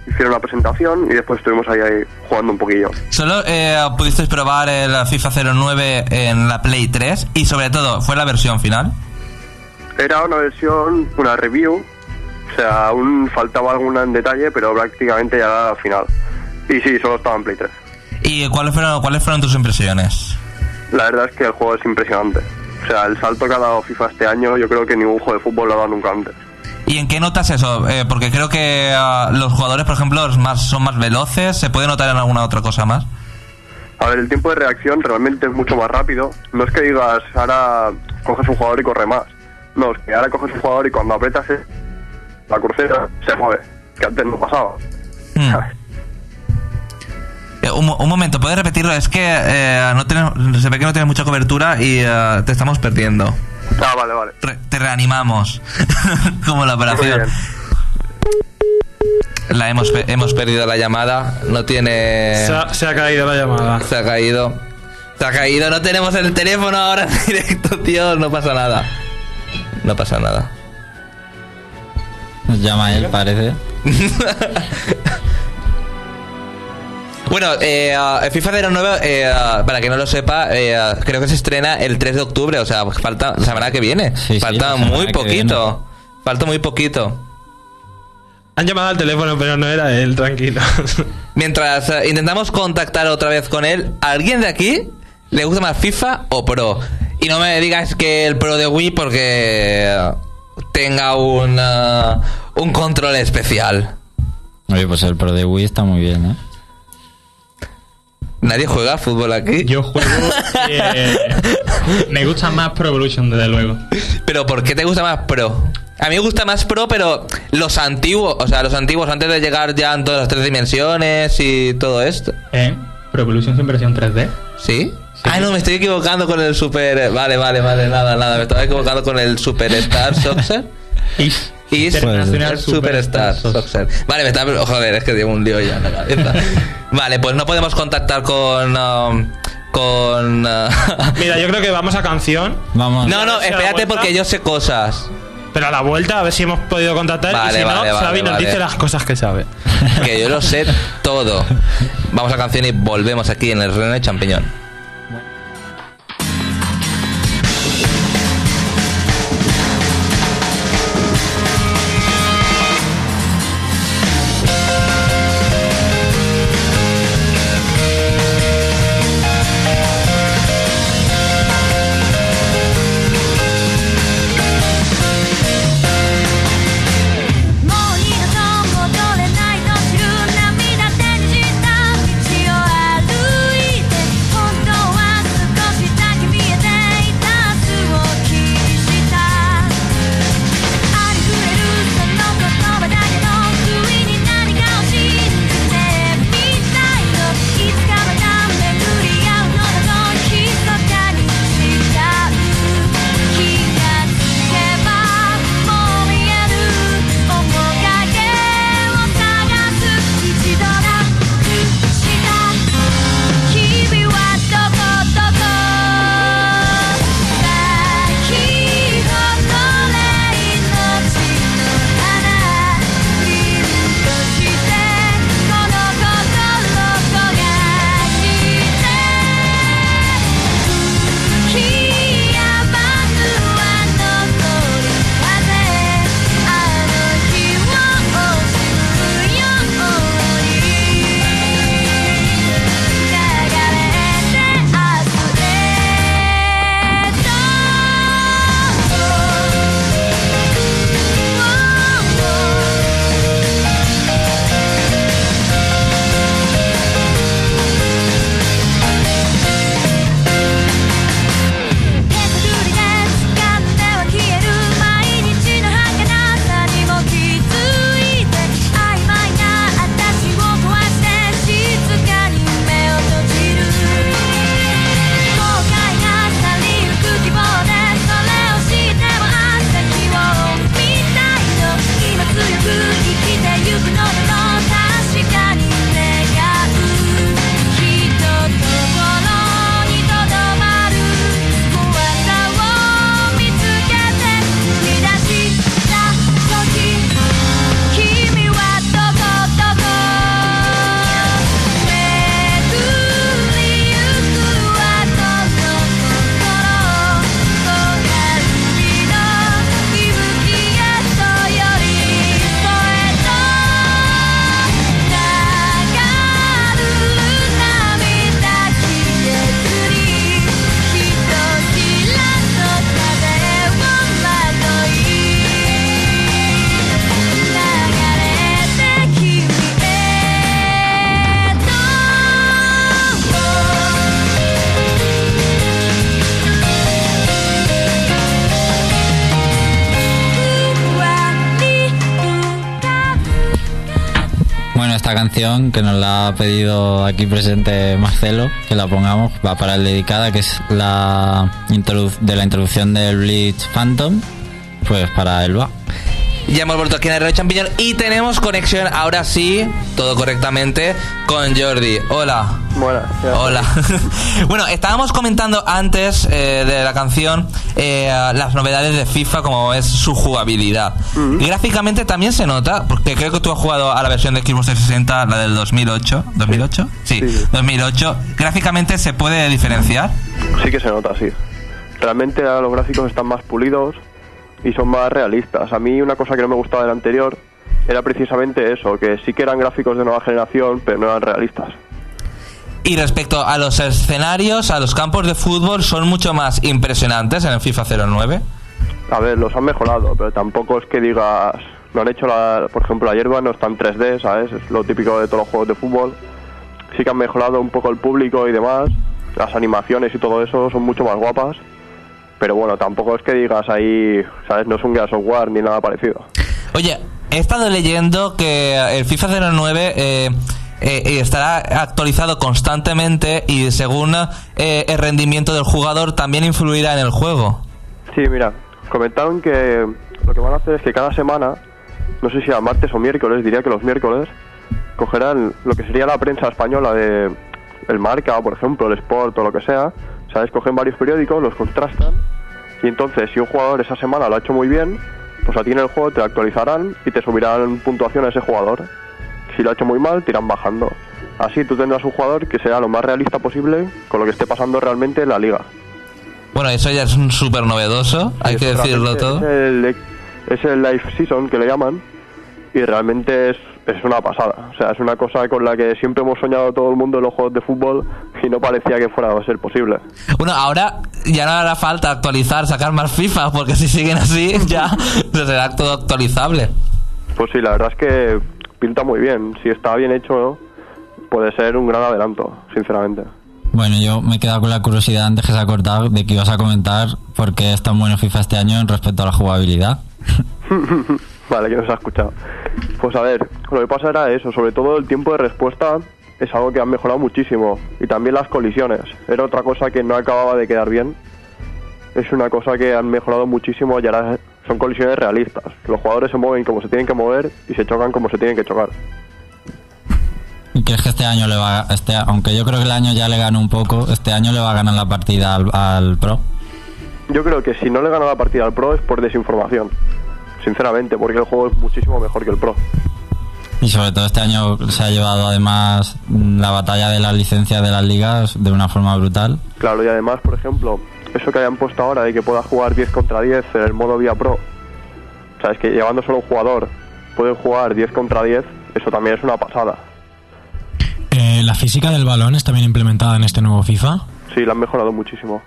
hicieron una presentación y después estuvimos ahí jugando un poquillo. Solo pudisteis probar el FIFA 09 en la Play 3 y sobre todo, ¿fue la versión final? Era una versión, una review, o sea, aún faltaba alguna en detalle, pero prácticamente ya era la final. Y sí, solo estaba en Play 3. ¿Y cuáles fueron tus impresiones? La verdad es que el juego es impresionante. O sea, el salto que ha dado FIFA este año, yo creo que ningún juego de fútbol lo ha dado nunca antes. ¿Y en qué notas eso? Porque creo que los jugadores, por ejemplo, son más veloces. ¿Se puede notar en alguna otra cosa más? A ver, el tiempo de reacción realmente es mucho más rápido. No es que digas, ahora coges un jugador y corre más. No, es que ahora coges un jugador y cuando aprietas la cruceta se mueve. Que antes no pasaba. ¿Sabes? Un momento, ¿puedes repetirlo? Es que se ve que no tienes mucha cobertura y te estamos perdiendo. Ah, vale. Te reanimamos. Como la operación. Hemos perdido la llamada. No tiene... Se ha caído la llamada. Se ha caído. No tenemos el teléfono ahora en directo, tío. No pasa nada. Nos llama él, parece. Bueno, FIFA 09, para que no lo sepa, creo que se estrena el 3 de octubre, o sea, falta la semana que viene. Falta muy poquito. Falta muy poquito. Han llamado al teléfono, pero no era él, tranquilo. Mientras intentamos contactar otra vez con él, ¿a alguien de aquí le gusta más FIFA o Pro? Y no me digas que el Pro de Wii porque tenga un control especial. Oye, pues el Pro de Wii está muy bien, ¿eh? ¿Nadie juega a fútbol aquí? Yo juego... me gusta más Pro Evolution, desde luego. ¿Pero por qué te gusta más Pro? A mí me gusta más Pro, pero los antiguos antes de llegar ya en todas las 3 dimensiones y todo esto. Pro Evolution es versión 3D. ¿Sí? Ay, no, me estoy equivocando con el Super... Vale, nada, me estaba equivocando con el Superstar Soccer. International Superstar Soccer. Vale, me está... Joder, es que tengo un lío ya en la cabeza. Vale, pues no podemos contactar con... Mira, yo creo que vamos a canción. Vamos. No, espérate porque yo sé cosas. Pero a la vuelta a ver si hemos podido contactar. Vale, y si no, Xavi nos dice las cosas que sabe. Que yo lo sé todo. Vamos a canción y volvemos aquí en el René Champiñón. esta canción que nos la ha pedido aquí presente Marcelo, que la pongamos, va para el dedicada, que es la introducción del Bleach Phantom, pues para él va. Ya hemos vuelto aquí en el Reno Champiñón y tenemos conexión, ahora sí, todo correctamente, con Jordi. Hola. Bueno, Hola. Bueno, estábamos comentando antes de la canción las novedades de FIFA, como es su jugabilidad. Gráficamente también se nota, porque creo que tú has jugado a la versión de Xbox 360, la del 2008. ¿2008? Sí, 2008. ¿Gráficamente se puede diferenciar? Sí que se nota, sí. Realmente los gráficos están más pulidos y son más realistas. A mí una cosa que no me gustaba del anterior era precisamente eso, que sí que eran gráficos de nueva generación, pero no eran realistas. Y respecto a los escenarios, a los campos de fútbol, ¿son mucho más impresionantes en el FIFA 09? A ver, los han mejorado, pero tampoco es que digas... No han hecho, por ejemplo, la hierba no está en 3D, ¿sabes? Es lo típico de todos los juegos de fútbol. Sí que han mejorado un poco el público y demás. Las animaciones y todo eso son mucho más guapas. Pero bueno, tampoco es que digas ahí, ¿sabes? No es un Gears of War ni nada parecido. Oye, he estado leyendo que el FIFA 09 estará actualizado constantemente y según el rendimiento del jugador también influirá en el juego. Sí, mira, comentaron que lo que van a hacer es que cada semana, no sé si a martes o miércoles, diría que los miércoles, cogerán lo que sería la prensa española de el Marca, por ejemplo, el Sport o lo que sea, ¿sabes? Cogen varios periódicos, los contrastan y entonces si un jugador esa semana lo ha hecho muy bien, pues a ti en el juego te actualizarán y te subirán puntuación a ese jugador. Si lo ha hecho muy mal, te irán bajando. Así tú tendrás un jugador que sea lo más realista posible con lo que esté pasando realmente en la liga. Bueno, eso ya es un súper novedoso, hay que decirlo todo. Es el Live Season que le llaman y realmente es una pasada. O sea, es una cosa con la que siempre hemos soñado todo el mundo en los juegos de fútbol y no parecía que fuera a ser posible. Bueno, ahora ya no hará falta actualizar, sacar más FIFA, porque si siguen así ya será todo actualizable. Pues sí, la verdad es que pinta muy bien. Si está bien hecho, ¿no? Puede ser un gran adelanto, sinceramente. Bueno, yo me he quedado con la curiosidad antes que se ha cortado de que ibas a comentar por qué es tan bueno FIFA este año en respecto a la jugabilidad. Vale, que no se ha escuchado. Pues a ver, lo que pasa era eso, sobre todo el tiempo de respuesta es algo que han mejorado muchísimo. Y también las colisiones, era otra cosa que no acababa de quedar bien. Es una cosa que han mejorado muchísimo y ahora son colisiones realistas. Los jugadores se mueven como se tienen que mover y se chocan como se tienen que chocar. ¿Y crees que este año aunque yo creo que el año ya le ganó un poco, este año le va a ganar la partida al Pro? Yo creo que si no le gana la partida al Pro es por desinformación, sinceramente, porque el juego es muchísimo mejor que el Pro. Y sobre todo este año se ha llevado además la batalla de las licencias de las ligas de una forma brutal. Claro, y además, por ejemplo, eso que hayan puesto ahora de que puedas jugar 10 contra 10 en el modo Vía Pro, o sea, es que llevando solo un jugador pueden jugar 10 contra 10, eso también es una pasada. ¿La física del balón está bien implementada en este nuevo FIFA? Sí, la han mejorado muchísimo.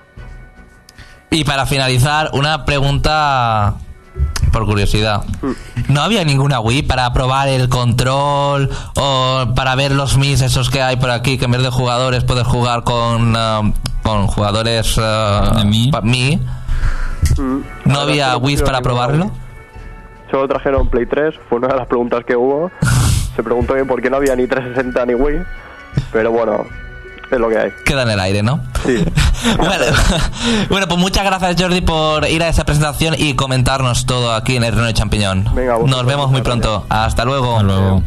Y para finalizar, una pregunta por curiosidad. ¿No había ninguna Wii para probar el control o para ver los Mis esos que hay por aquí, que en vez de jugadores puedes jugar con jugadores Mi? ¿No había Wii para probarlo? Solo trajeron Play 3, fue una de las preguntas que hubo. Se preguntó bien por qué no había ni 360 ni Wii, pero bueno, es lo que hay. Queda en el aire, ¿no? Sí. Bueno, pues muchas gracias, Jordi, por ir a esa presentación y comentarnos todo aquí en el Reno Champiñón. Venga, nos vemos muy pronto. Hasta luego. Hasta luego.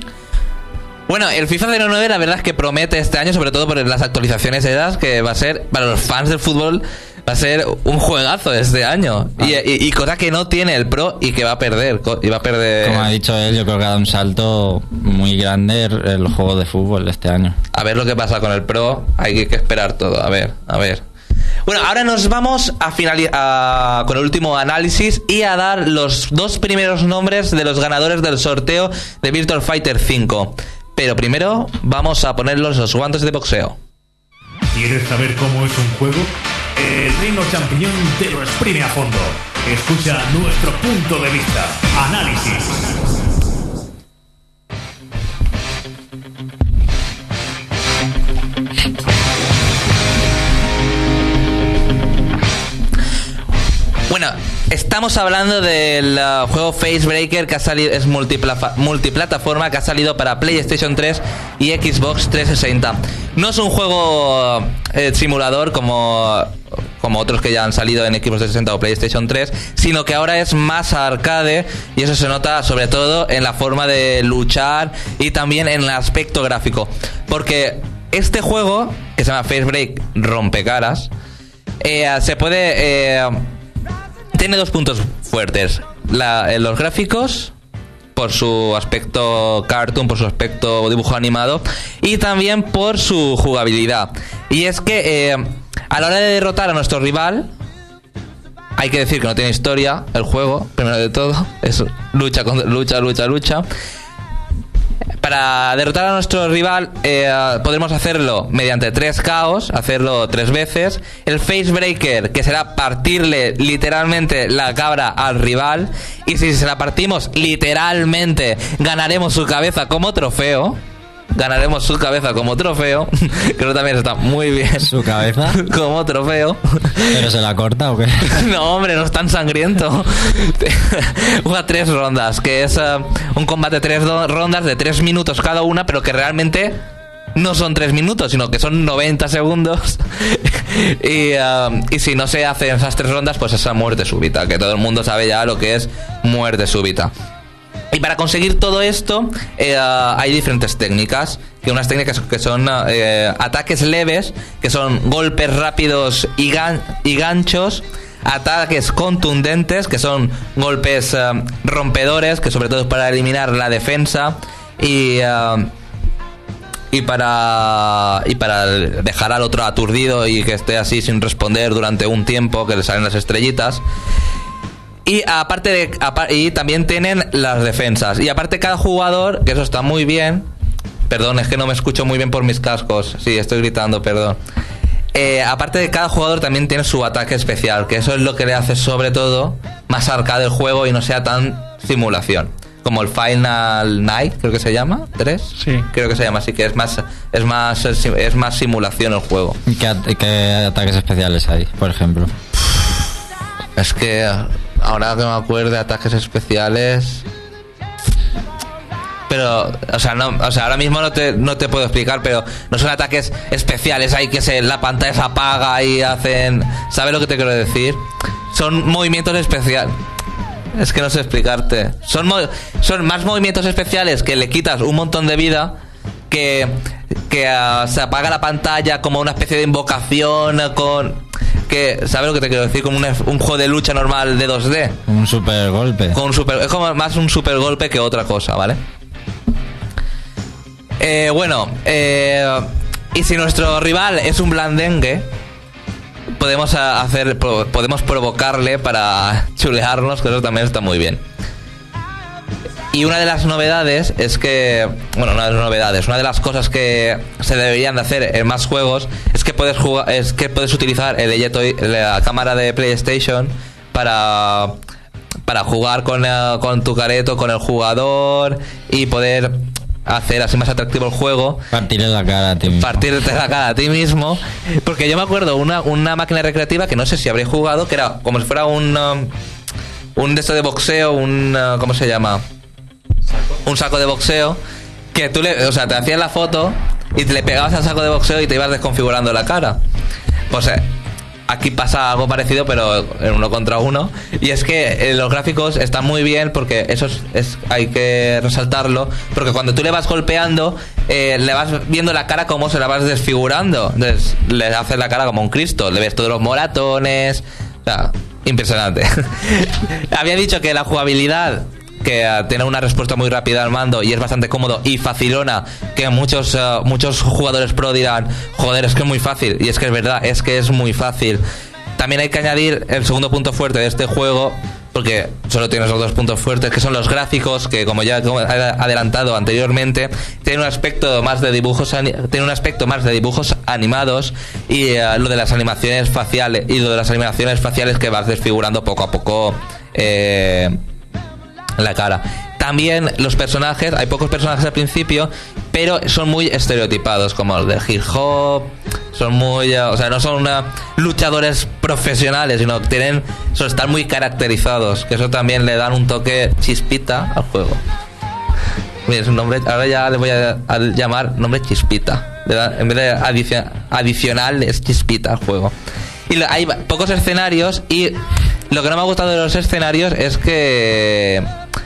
Bueno, el FIFA 09 la verdad es que promete este año, sobre todo por las actualizaciones esas, que va a ser, para los fans del fútbol, va a ser un juegazo este año. Y cosa que no tiene el Pro y que va a perder. Como ha dicho él, yo creo que ha dado un salto muy grande el juego de fútbol este año. A ver lo que pasa con el Pro, hay que esperar todo, a ver. Bueno, ahora nos vamos con el último análisis y a dar los 2 primeros nombres de los ganadores del sorteo de Virtua Fighter 5. Pero primero vamos a ponerlos los guantes de boxeo. ¿Quieres saber cómo es un juego? El Reino Champiñón te lo exprime a fondo. Escucha nuestro punto de vista. Análisis. Bueno, estamos hablando del juego Facebreaker, que ha salido, es multiplataforma, que ha salido para PlayStation 3 y Xbox 360. No es un juego simulador como otros que ya han salido en Xbox 360 o PlayStation 3, sino que ahora es más arcade, y eso se nota sobre todo en la forma de luchar y también en el aspecto gráfico. Porque este juego, que se llama Facebreak Rompecaras, se puede... tiene dos puntos fuertes. Los gráficos, por su aspecto cartoon, por su aspecto dibujo animado, y también por su jugabilidad. Y es que a la hora de derrotar a nuestro rival, hay que decir que no tiene historia el juego, primero de todo. Es lucha. Para derrotar a nuestro rival podremos hacerlo mediante 3 KOs, hacerlo 3 veces. El Facebreaker, que será partirle literalmente la cabra al rival, y si se la partimos literalmente, ganaremos su cabeza como trofeo. Que eso también está muy bien. ¿Su cabeza? Como trofeo. ¿Pero se la corta o qué? No, hombre, no es tan sangriento. Juega 3 rondas, que es un combate de 3 rondas de 3 minutos cada una, pero que realmente no son 3 minutos, sino que son 90 segundos. Y si no se hacen esas 3 rondas, pues esa muerte súbita, que todo el mundo sabe ya lo que es muerte súbita. Y para conseguir todo esto hay diferentes técnicas, que unas técnicas que son ataques leves, que son golpes rápidos y ganchos, ataques contundentes, que son golpes rompedores, que sobre todo es para eliminar la defensa, y para dejar al otro aturdido y que esté así sin responder durante un tiempo, que le salen las estrellitas. Y y también tienen las defensas. Y aparte cada jugador, que eso está muy bien. Perdón, es que no me escucho muy bien por mis cascos. Sí, estoy gritando, perdón. Aparte de cada jugador también tiene su ataque especial, que eso es lo que le hace sobre todo más arcade el juego y no sea tan simulación. Como el Final Night, creo que se llama, 3. Sí. Creo que se llama así, que es más simulación el juego. ¿Y qué ataques especiales hay, por ejemplo? Es que ahora que me acuerdo de ataques especiales, pero ahora mismo no te puedo explicar, pero no son ataques especiales, hay que la pantalla se apaga y hacen, ¿sabes lo que te quiero decir? Son movimientos especiales. Es que no sé explicarte. Son más movimientos especiales que le quitas un montón de vida, que se apaga la pantalla como una especie de invocación ¿sabes lo que te quiero decir? Como un juego de lucha normal de 2D. Un super golpe. Es como más un super golpe que otra cosa, ¿vale? Y si nuestro rival es un blandengue, podemos provocarle para chulearnos, que eso también está muy bien. Y una de las novedades es que... Bueno, una de las cosas que se deberían de hacer en más juegos es que puedes utilizar la cámara de PlayStation para jugar con tu careto, con el jugador, y poder hacer así más atractivo el juego. Partirte la cara a ti mismo. Porque yo me acuerdo una máquina recreativa que no sé si habréis jugado, que era como si fuera un de esto de boxeo, ¿cómo se llama? Un saco de boxeo, que tú te hacías la foto y te le pegabas al saco de boxeo y te ibas desconfigurando la cara. Pues aquí pasa algo parecido, pero en 1 contra 1. Y es que los gráficos están muy bien, porque eso hay que resaltarlo, porque cuando tú le vas golpeando, le vas viendo la cara como se la vas desfigurando. Entonces le haces la cara como un Cristo, le ves todos los moratones. O sea, impresionante. Había dicho que la jugabilidad, que tiene una respuesta muy rápida al mando y es bastante cómodo y facilona, que muchos jugadores pro dirán, joder, es que es muy fácil, y es que es verdad, es que es muy fácil. También hay que añadir el segundo punto fuerte de este juego, porque solo tiene esos 2 puntos fuertes, que son los gráficos, que como ya he adelantado anteriormente, tiene un aspecto más de dibujos animados, y lo de las animaciones faciales que vas desfigurando poco a poco la cara. También los personajes, hay pocos personajes al principio, pero son muy estereotipados, como los del hip hop. Son muy, o sea, no son luchadores profesionales, sino que están muy caracterizados, que eso también le dan un toque chispita al juego. Mira, es un nombre, ahora ya le voy a llamar nombre Chispita. En vez de adicional es Chispita al juego. Y hay pocos escenarios, y lo que no me ha gustado de los escenarios es que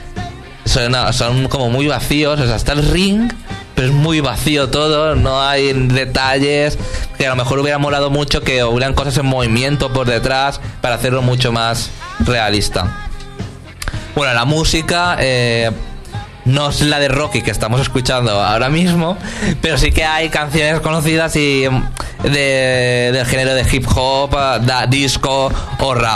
son como muy vacíos. O sea, está el ring, pero es muy vacío todo, no hay detalles, que a lo mejor hubiera molado mucho que hubieran cosas en movimiento por detrás para hacerlo mucho más realista. Bueno, la música no es la de Rocky que estamos escuchando ahora mismo, pero sí que hay canciones conocidas y del género de hip hop, disco o rap.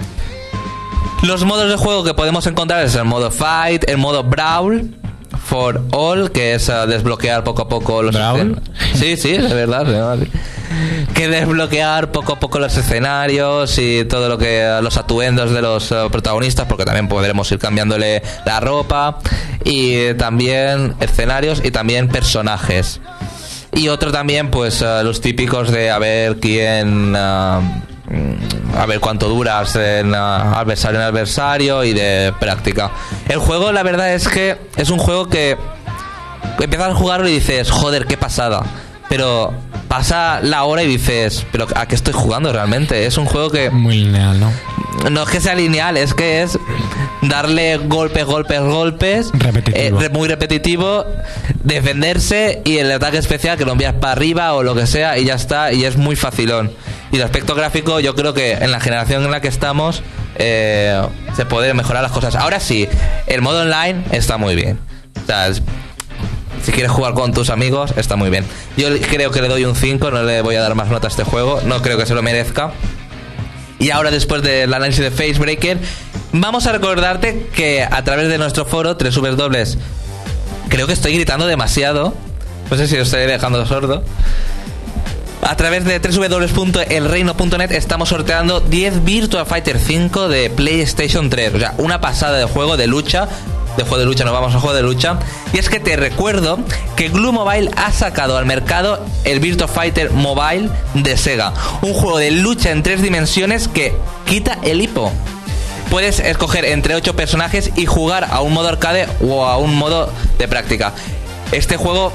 Los modos de juego que podemos encontrar es el modo Fight, el modo Brawl for All, que es desbloquear poco a poco los ¿Brawl? Sí, de verdad, que desbloquear poco a poco los escenarios y todo lo que los atuendos de los protagonistas, porque también podremos ir cambiándole la ropa, y también escenarios y también personajes. Y otro también, pues los típicos de a ver quién, a ver cuánto duras en adversario y de práctica. El juego, la verdad es que es un juego que empiezas a jugarlo y dices, joder, qué pasada. Pero pasa la hora y dices, pero ¿a qué estoy jugando realmente? Es un juego que... Muy lineal, ¿no? No es que sea lineal, es que es darle golpes, repetitivo. Muy repetitivo, defenderse y el ataque especial que lo envías para arriba o lo que sea y ya está, y es muy facilón. Y el aspecto gráfico, yo creo que en la generación en la que estamos se pueden mejorar las cosas. Ahora sí, el modo online está muy bien. O sea, si quieres jugar con tus amigos, está muy bien. Yo creo que le doy un 5, no le voy a dar más nota a este juego, no creo que se lo merezca. Y ahora, después del análisis de Facebreaker, vamos a recordarte que a través de nuestro foro, www, creo que estoy gritando demasiado, no sé si os estoy dejando sordo. A través de www.elreino.net estamos sorteando 10 Virtua Fighter 5 de PlayStation 3. O sea, una pasada de juego de lucha. De juego de lucha, nos vamos a juego de lucha. Y es que te recuerdo que Glu Mobile ha sacado al mercado el Virtua Fighter Mobile de Sega. Un juego de lucha en 3 dimensiones que quita el hipo. Puedes escoger entre 8 personajes y jugar a un modo arcade o a un modo de práctica. Este juego,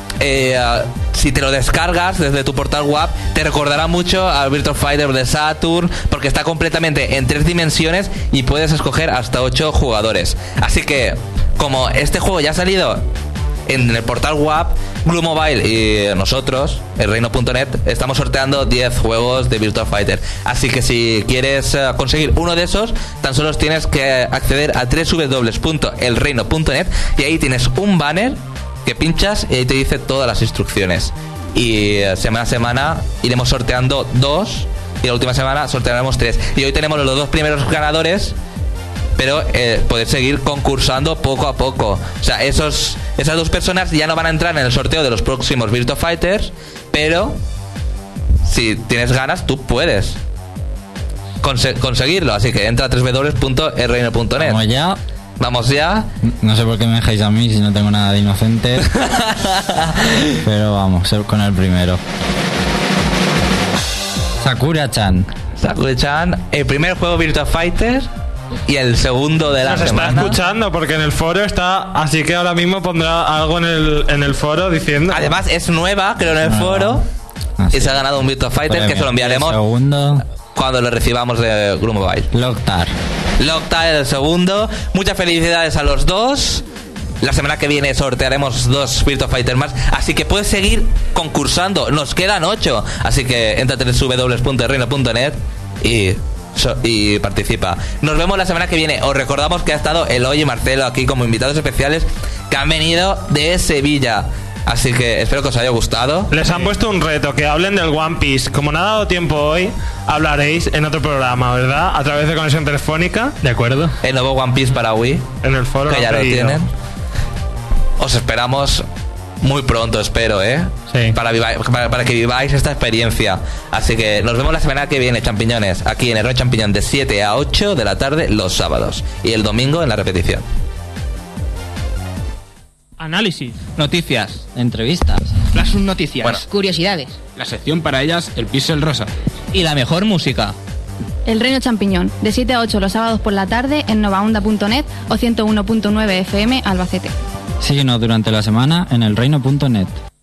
si te lo descargas desde tu portal web, te recordará mucho al Virtua Fighter de Saturn, porque está completamente en 3 dimensiones y puedes escoger hasta 8 jugadores. Así que, como este juego ya ha salido en el portal web, Glu Mobile y nosotros, elreino.net, estamos sorteando 10 juegos de Virtua Fighter. Así que si quieres conseguir uno de esos, tan solo tienes que acceder a www.elreino.net y ahí tienes un banner que pinchas y ahí te dice todas las instrucciones. Y semana a semana iremos sorteando 2 y la última semana sortearemos 3. Y hoy tenemos los 2 primeros ganadores, pero podéis seguir concursando poco a poco. O sea, esas 2 personas ya no van a entrar en el sorteo de los próximos Virtua Fighters, pero si tienes ganas, tú puedes conseguirlo. Así que entra a www.elreino.net. Vamos ya. Vamos ya. No sé por qué me dejáis a mí si no tengo nada de inocente. Pero vamos, con el primero. Sakura-chan. Sakura-chan, el primer juego Virtua Fighter y el segundo de la Nos semana. está escuchando porque en el foro está, así que ahora mismo pondrá algo en el foro diciendo. Además es nueva, creo, en el foro. Así. Y se ha ganado un Virtua Fighter Premio. que se lo enviaremos El segundo, cuando lo recibamos de Glu Mobile. Loctar. Loctar el segundo. Muchas felicidades a los dos. La semana que viene sortearemos 2 Virtua Fighter más. Así que puedes seguir concursando. Nos quedan 8. Así que entra a www.elreino.net y participa. Nos vemos la semana que viene. Os recordamos que ha estado Eloy y Marcelo aquí como invitados especiales que han venido de Sevilla. Así que espero que os haya gustado. Les han puesto un reto, que hablen del One Piece. Como no ha dado tiempo hoy, hablaréis en otro programa, ¿verdad? A través de conexión telefónica. De acuerdo. El nuevo One Piece para Wii, En el foro. que ya han lo pedido. tienen. Os esperamos muy pronto, espero, Sí. para que viváis esta experiencia. Así que nos vemos la semana que viene, champiñones, aquí en el Red Champiñón de 7 a 8 de la tarde los sábados y el domingo en la repetición. Análisis. Noticias. Entrevistas. Flash Noticias. Bueno. Curiosidades. La sección para ellas, el Pixel Rosa. Y la mejor música. El Reino Champiñón, de 7 a 8 los sábados por la tarde en novaonda.net o 101.9 FM Albacete. Síguenos durante la semana en elreino.net.